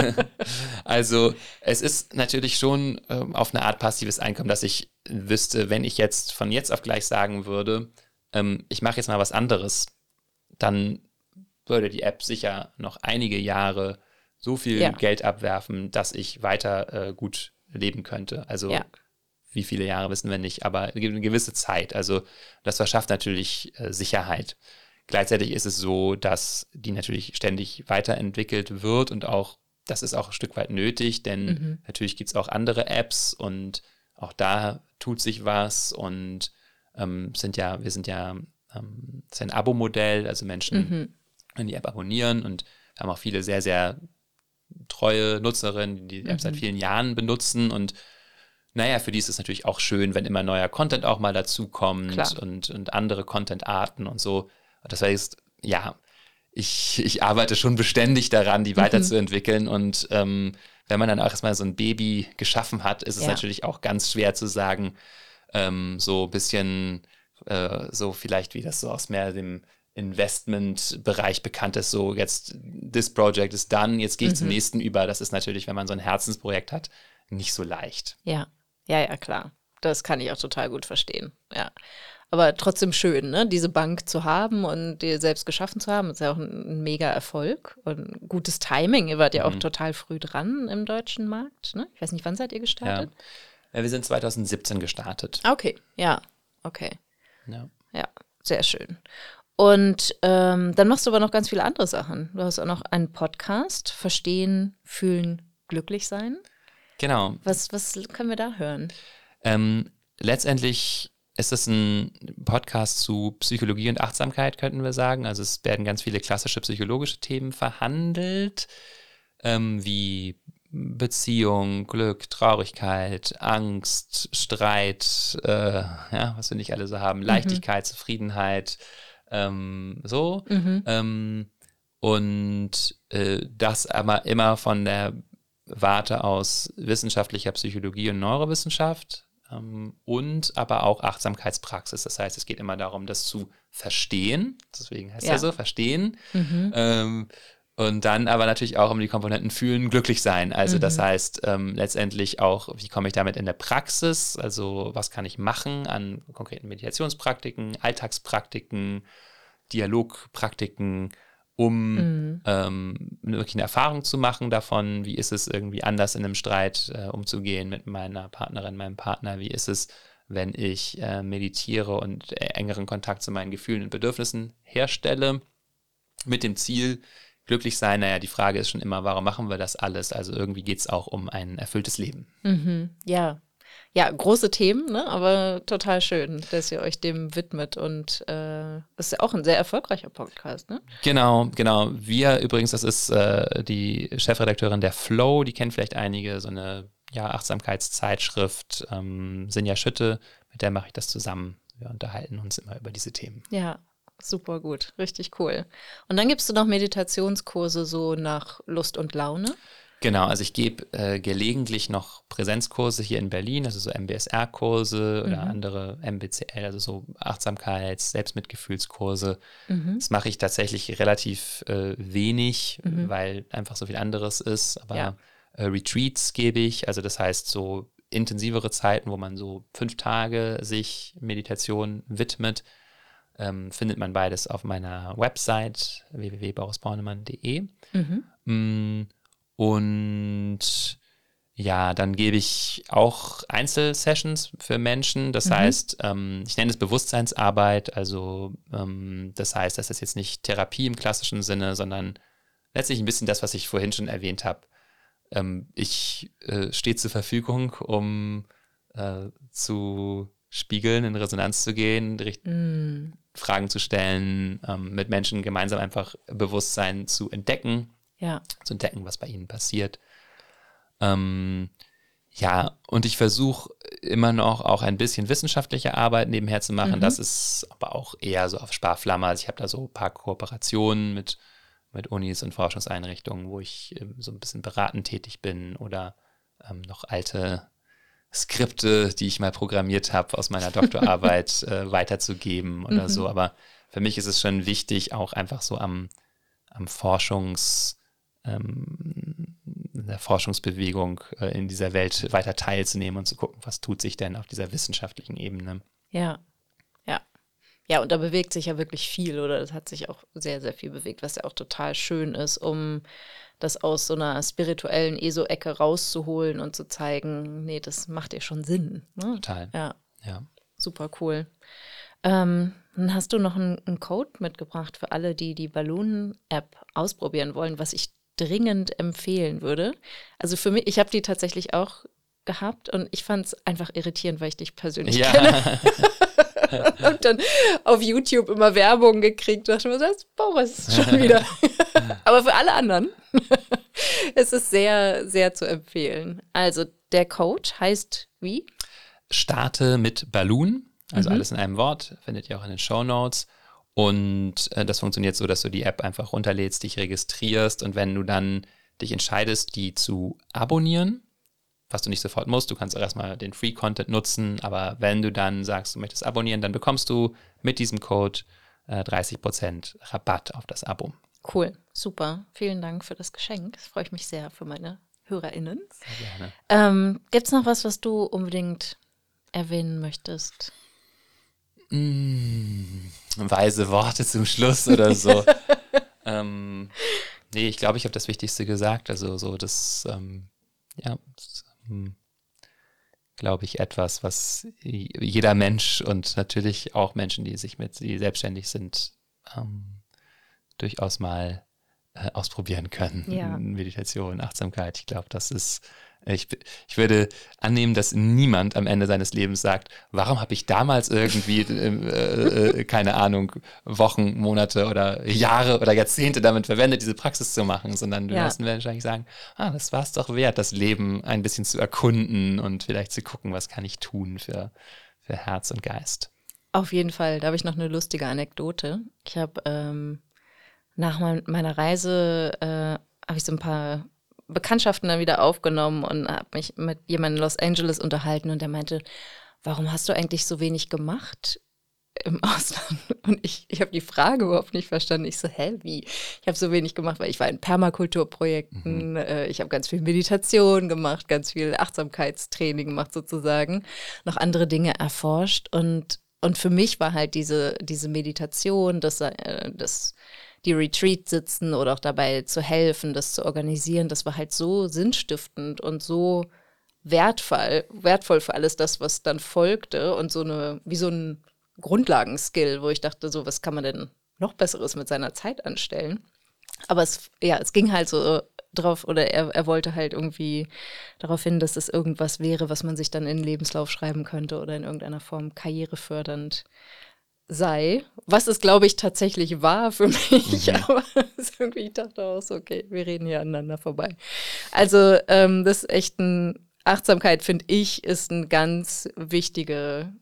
Also es ist natürlich schon ähm, auf eine Art passives Einkommen, dass ich wüsste, wenn ich jetzt von jetzt auf gleich sagen würde, ähm, ich mache jetzt mal was anderes, dann würde die App sicher noch einige Jahre so viel ja. Geld abwerfen, dass ich weiter äh, gut leben könnte. Also ja. wie viele Jahre wissen wir nicht, aber eine gewisse Zeit. Also das verschafft natürlich äh, Sicherheit. Gleichzeitig ist es so, dass die natürlich ständig weiterentwickelt wird und auch, das ist auch ein Stück weit nötig, denn mhm. natürlich gibt es auch andere Apps und auch da tut sich was und ähm, sind ja, wir sind ja, ähm, das ist ein Abo-Modell, also Menschen mhm. können die App abonnieren und wir haben auch viele sehr, sehr treue Nutzerinnen, die die App mhm. seit vielen Jahren benutzen und naja, für die ist es natürlich auch schön, wenn immer neuer Content auch mal dazukommt und, und andere Content-Arten und so. Das heißt, ja, ich, ich arbeite schon beständig daran, die mhm. weiterzuentwickeln und ähm, wenn man dann auch erstmal so ein Baby geschaffen hat, ist es ja. natürlich auch ganz schwer zu sagen, ähm, so ein bisschen äh, so vielleicht wie das so aus mehr dem Investmentbereich bekannt ist, so jetzt this project is done, jetzt gehe ich mhm. zum nächsten über. Das ist natürlich, wenn man so ein Herzensprojekt hat, nicht so leicht. Ja, ja, ja, klar. Das kann ich auch total gut verstehen. Ja. Aber trotzdem schön, ne? Diese Bank zu haben und die selbst geschaffen zu haben, ist ja auch ein, ein mega Erfolg und gutes Timing. Ihr wart ja auch Mhm. total früh dran im deutschen Markt, ne? Ich weiß nicht, wann seid ihr gestartet? Ja. Wir sind zwanzig siebzehn gestartet. Okay, ja, okay. Ja. Ja, sehr schön. Und ähm, dann machst du aber noch ganz viele andere Sachen. Du hast auch noch einen Podcast, Verstehen, Fühlen, Glücklich sein. Genau. Was, was können wir da hören? Ähm, letztendlich ist es ein Podcast zu Psychologie und Achtsamkeit, könnten wir sagen. Also es werden ganz viele klassische psychologische Themen verhandelt, ähm, wie Beziehung, Glück, Traurigkeit, Angst, Streit, äh, ja, was wir nicht alle so haben, Leichtigkeit, mhm. Zufriedenheit, ähm, so. Mhm. Ähm, und äh, das aber immer von der Warte aus wissenschaftlicher Psychologie und Neurowissenschaft ähm, und aber auch Achtsamkeitspraxis. Das heißt, es geht immer darum, das zu verstehen, deswegen heißt ja, ja so, verstehen. Mhm. Ähm, und dann aber natürlich auch um die Komponenten fühlen, glücklich sein. Also mhm. das heißt ähm, letztendlich auch, wie komme ich damit in der Praxis, also was kann ich machen an konkreten Meditationspraktiken, Alltagspraktiken, Dialogpraktiken, um mhm. ähm, wirklich eine Erfahrung zu machen davon, wie ist es irgendwie anders in einem Streit äh, umzugehen mit meiner Partnerin, meinem Partner, wie ist es, wenn ich äh, meditiere und äh, engeren Kontakt zu meinen Gefühlen und Bedürfnissen herstelle, mit dem Ziel, glücklich sein. Naja, die Frage ist schon immer, warum machen wir das alles? Also irgendwie geht es auch um ein erfülltes Leben. Mhm. Ja. Ja, große Themen, ne? Aber total schön, dass ihr euch dem widmet und äh, ist ja auch ein sehr erfolgreicher Podcast, ne? Genau, genau. Wir übrigens, das ist äh, die Chefredakteurin der Flow, die kennen vielleicht einige, so eine ja, Achtsamkeitszeitschrift, ähm, Sinja Schütte, mit der mache ich das zusammen. Wir unterhalten uns immer über diese Themen. Ja, super gut, richtig cool. Und dann gibst du noch Meditationskurse so nach Lust und Laune? Genau, also ich gebe äh, gelegentlich noch Präsenzkurse hier in Berlin, also so M B S R-Kurse oder mhm. andere M B C L, also so Achtsamkeits-, Selbstmitgefühlskurse. Mhm. Das mache ich tatsächlich relativ äh, wenig, mhm. weil einfach so viel anderes ist. Aber ja. äh, Retreats gebe ich, also das heißt so intensivere Zeiten, wo man so fünf Tage sich Meditation widmet, ähm, findet man beides auf meiner Website w w w punkt boris bornemann punkt de. Mhm. Mm, Und ja, dann gebe ich auch Einzelsessions für Menschen. Das mhm. heißt, ähm, ich nenne es Bewusstseinsarbeit. Also ähm, das heißt, das ist jetzt nicht Therapie im klassischen Sinne, sondern letztlich ein bisschen das, was ich vorhin schon erwähnt habe. Ähm, ich äh, stehe zur Verfügung, um äh, zu spiegeln, in Resonanz zu gehen, mm. Fragen zu stellen, ähm, mit Menschen gemeinsam einfach Bewusstsein zu entdecken. Ja. Zu entdecken, was bei ihnen passiert. Ähm, ja, und ich versuche immer noch auch ein bisschen wissenschaftliche Arbeit nebenher zu machen. Mhm. Das ist aber auch eher so auf Sparflamme. Also ich habe da so ein paar Kooperationen mit, mit Unis und Forschungseinrichtungen, wo ich ähm, so ein bisschen beratend tätig bin oder ähm, noch alte Skripte, die ich mal programmiert habe, aus meiner Doktorarbeit äh, weiterzugeben oder mhm. so. Aber für mich ist es schon wichtig, auch einfach so am, am Forschungs- Ähm, der Forschungsbewegung äh, in dieser Welt weiter teilzunehmen und zu gucken, was tut sich denn auf dieser wissenschaftlichen Ebene. Ja, ja. Ja, und da bewegt sich ja wirklich viel oder es hat sich auch sehr, sehr viel bewegt, was ja auch total schön ist, um das aus so einer spirituellen E S O-Ecke rauszuholen und zu zeigen, nee, das macht ja schon Sinn. Ne? Total. Ja. ja. Super cool. Ähm, dann hast du noch einen, einen Code mitgebracht für alle, die die Balloon-App ausprobieren wollen, was ich dringend empfehlen würde. Also für mich, ich habe die tatsächlich auch gehabt und ich fand es einfach irritierend, weil ich dich persönlich ja. kenne. Und dann auf YouTube immer Werbung gekriegt, dachte mir, das ist Boris schon wieder. Aber für alle anderen es ist sehr, sehr zu empfehlen. Also der Code heißt wie? Starte mit Balloon, also mhm. alles in einem Wort, findet ihr auch in den Shownotes. Und äh, das funktioniert so, dass du die App einfach runterlädst, dich registrierst und wenn du dann dich entscheidest, die zu abonnieren, was du nicht sofort musst, du kannst auch erstmal den Free-Content nutzen, aber wenn du dann sagst, du möchtest abonnieren, dann bekommst du mit diesem Code äh, dreißig Prozent Rabatt auf das Abo. Cool, super. Vielen Dank für das Geschenk. Das freue ich mich sehr für meine HörerInnen. Sehr gerne. Ähm, Gibt es noch was, was du unbedingt erwähnen möchtest? Mm, weise Worte zum Schluss oder so. ähm, nee, ich glaube, ich habe das Wichtigste gesagt. Also so das, ähm, ja, das, ähm, glaube ich, etwas, was jeder Mensch und natürlich auch Menschen, die sich mit, die selbstständig sind, ähm, durchaus mal äh, ausprobieren können. Ja. Meditation, Achtsamkeit. Ich glaube, das ist, ich, ich würde annehmen, dass niemand am Ende seines Lebens sagt, warum habe ich damals irgendwie, äh, äh, keine Ahnung, Wochen, Monate oder Jahre oder Jahrzehnte damit verwendet, diese Praxis zu machen, sondern die Ja. meisten werden wahrscheinlich sagen, ah, das war es doch wert, das Leben ein bisschen zu erkunden und vielleicht zu gucken, was kann ich tun für, für Herz und Geist. Auf jeden Fall. Da habe ich noch eine lustige Anekdote. Ich habe ähm, nach mein, meiner Reise äh, habe ich so ein paar Bekanntschaften dann wieder aufgenommen und habe mich mit jemandem in Los Angeles unterhalten und der meinte, warum hast du eigentlich so wenig gemacht im Ausland? Und ich, ich habe die Frage überhaupt nicht verstanden. Ich so, hä, wie? Ich habe so wenig gemacht, weil ich war in Permakulturprojekten, mhm. äh, ich habe ganz viel Meditation gemacht, ganz viel Achtsamkeitstraining gemacht sozusagen, noch andere Dinge erforscht und, und für mich war halt diese, diese Meditation, das, äh, das die Retreat sitzen oder auch dabei zu helfen, das zu organisieren, das war halt so sinnstiftend und so wertvoll, wertvoll für alles das, was dann folgte und so eine, wie so ein Grundlagenskill, wo ich dachte, so, was kann man denn noch Besseres mit seiner Zeit anstellen? Aber es, ja, es ging halt so drauf, oder er, er wollte halt irgendwie darauf hin, dass es irgendwas wäre, was man sich dann in den Lebenslauf schreiben könnte oder in irgendeiner Form karrierefördernd sei, was es, glaube ich, tatsächlich war für mich, mhm. aber irgendwie, ich dachte auch so, okay, wir reden hier aneinander vorbei. Also ähm, das ist echt ein, Achtsamkeit, finde ich, ist eine ganz wichtige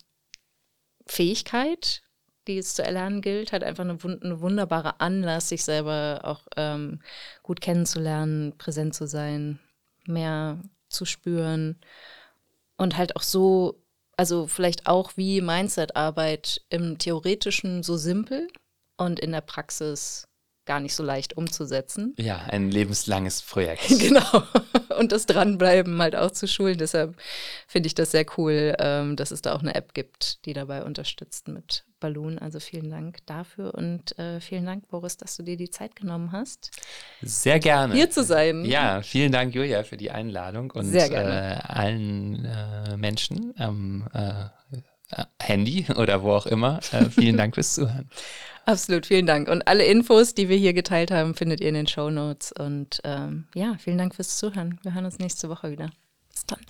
Fähigkeit, die es zu erlernen gilt, halt einfach eine, eine wunderbare Anlass, sich selber auch ähm, gut kennenzulernen, präsent zu sein, mehr zu spüren und halt auch so, also vielleicht auch wie Mindset-Arbeit im Theoretischen so simpel und in der Praxis gar nicht so leicht umzusetzen. Ja, ein lebenslanges Projekt. Genau. Und das Dranbleiben halt auch zu schulen. Deshalb finde ich das sehr cool, ähm, dass es da auch eine App gibt, die dabei unterstützt mit Balloon. Also vielen Dank dafür und äh, vielen Dank, Boris, dass du dir die Zeit genommen hast. Sehr gerne. Hier zu sein. Ja, vielen Dank, Julia, für die Einladung und sehr gerne. Äh, allen äh, Menschen am äh, Handy oder wo auch immer. Äh, vielen Dank fürs Zuhören. Absolut, vielen Dank. Und alle Infos, die wir hier geteilt haben, findet ihr in den Shownotes. Und ähm, ja, vielen Dank fürs Zuhören. Wir hören uns nächste Woche wieder. Bis dann.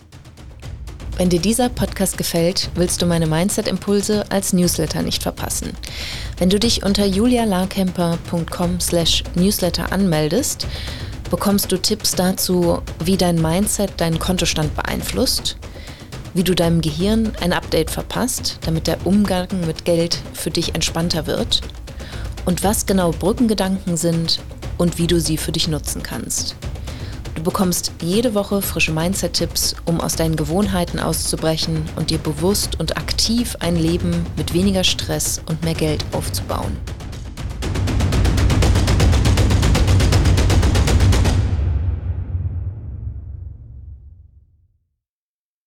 Wenn dir dieser Podcast gefällt, willst du meine Mindset-Impulse als Newsletter nicht verpassen. Wenn du dich unter julialarkemper punkt com slash newsletter anmeldest, bekommst du Tipps dazu, wie dein Mindset deinen Kontostand beeinflusst, wie du deinem Gehirn ein Update verpasst, damit der Umgang mit Geld für dich entspannter wird und was genau Brückengedanken sind und wie du sie für dich nutzen kannst. Du bekommst jede Woche frische Mindset-Tipps, um aus deinen Gewohnheiten auszubrechen und dir bewusst und aktiv ein Leben mit weniger Stress und mehr Geld aufzubauen.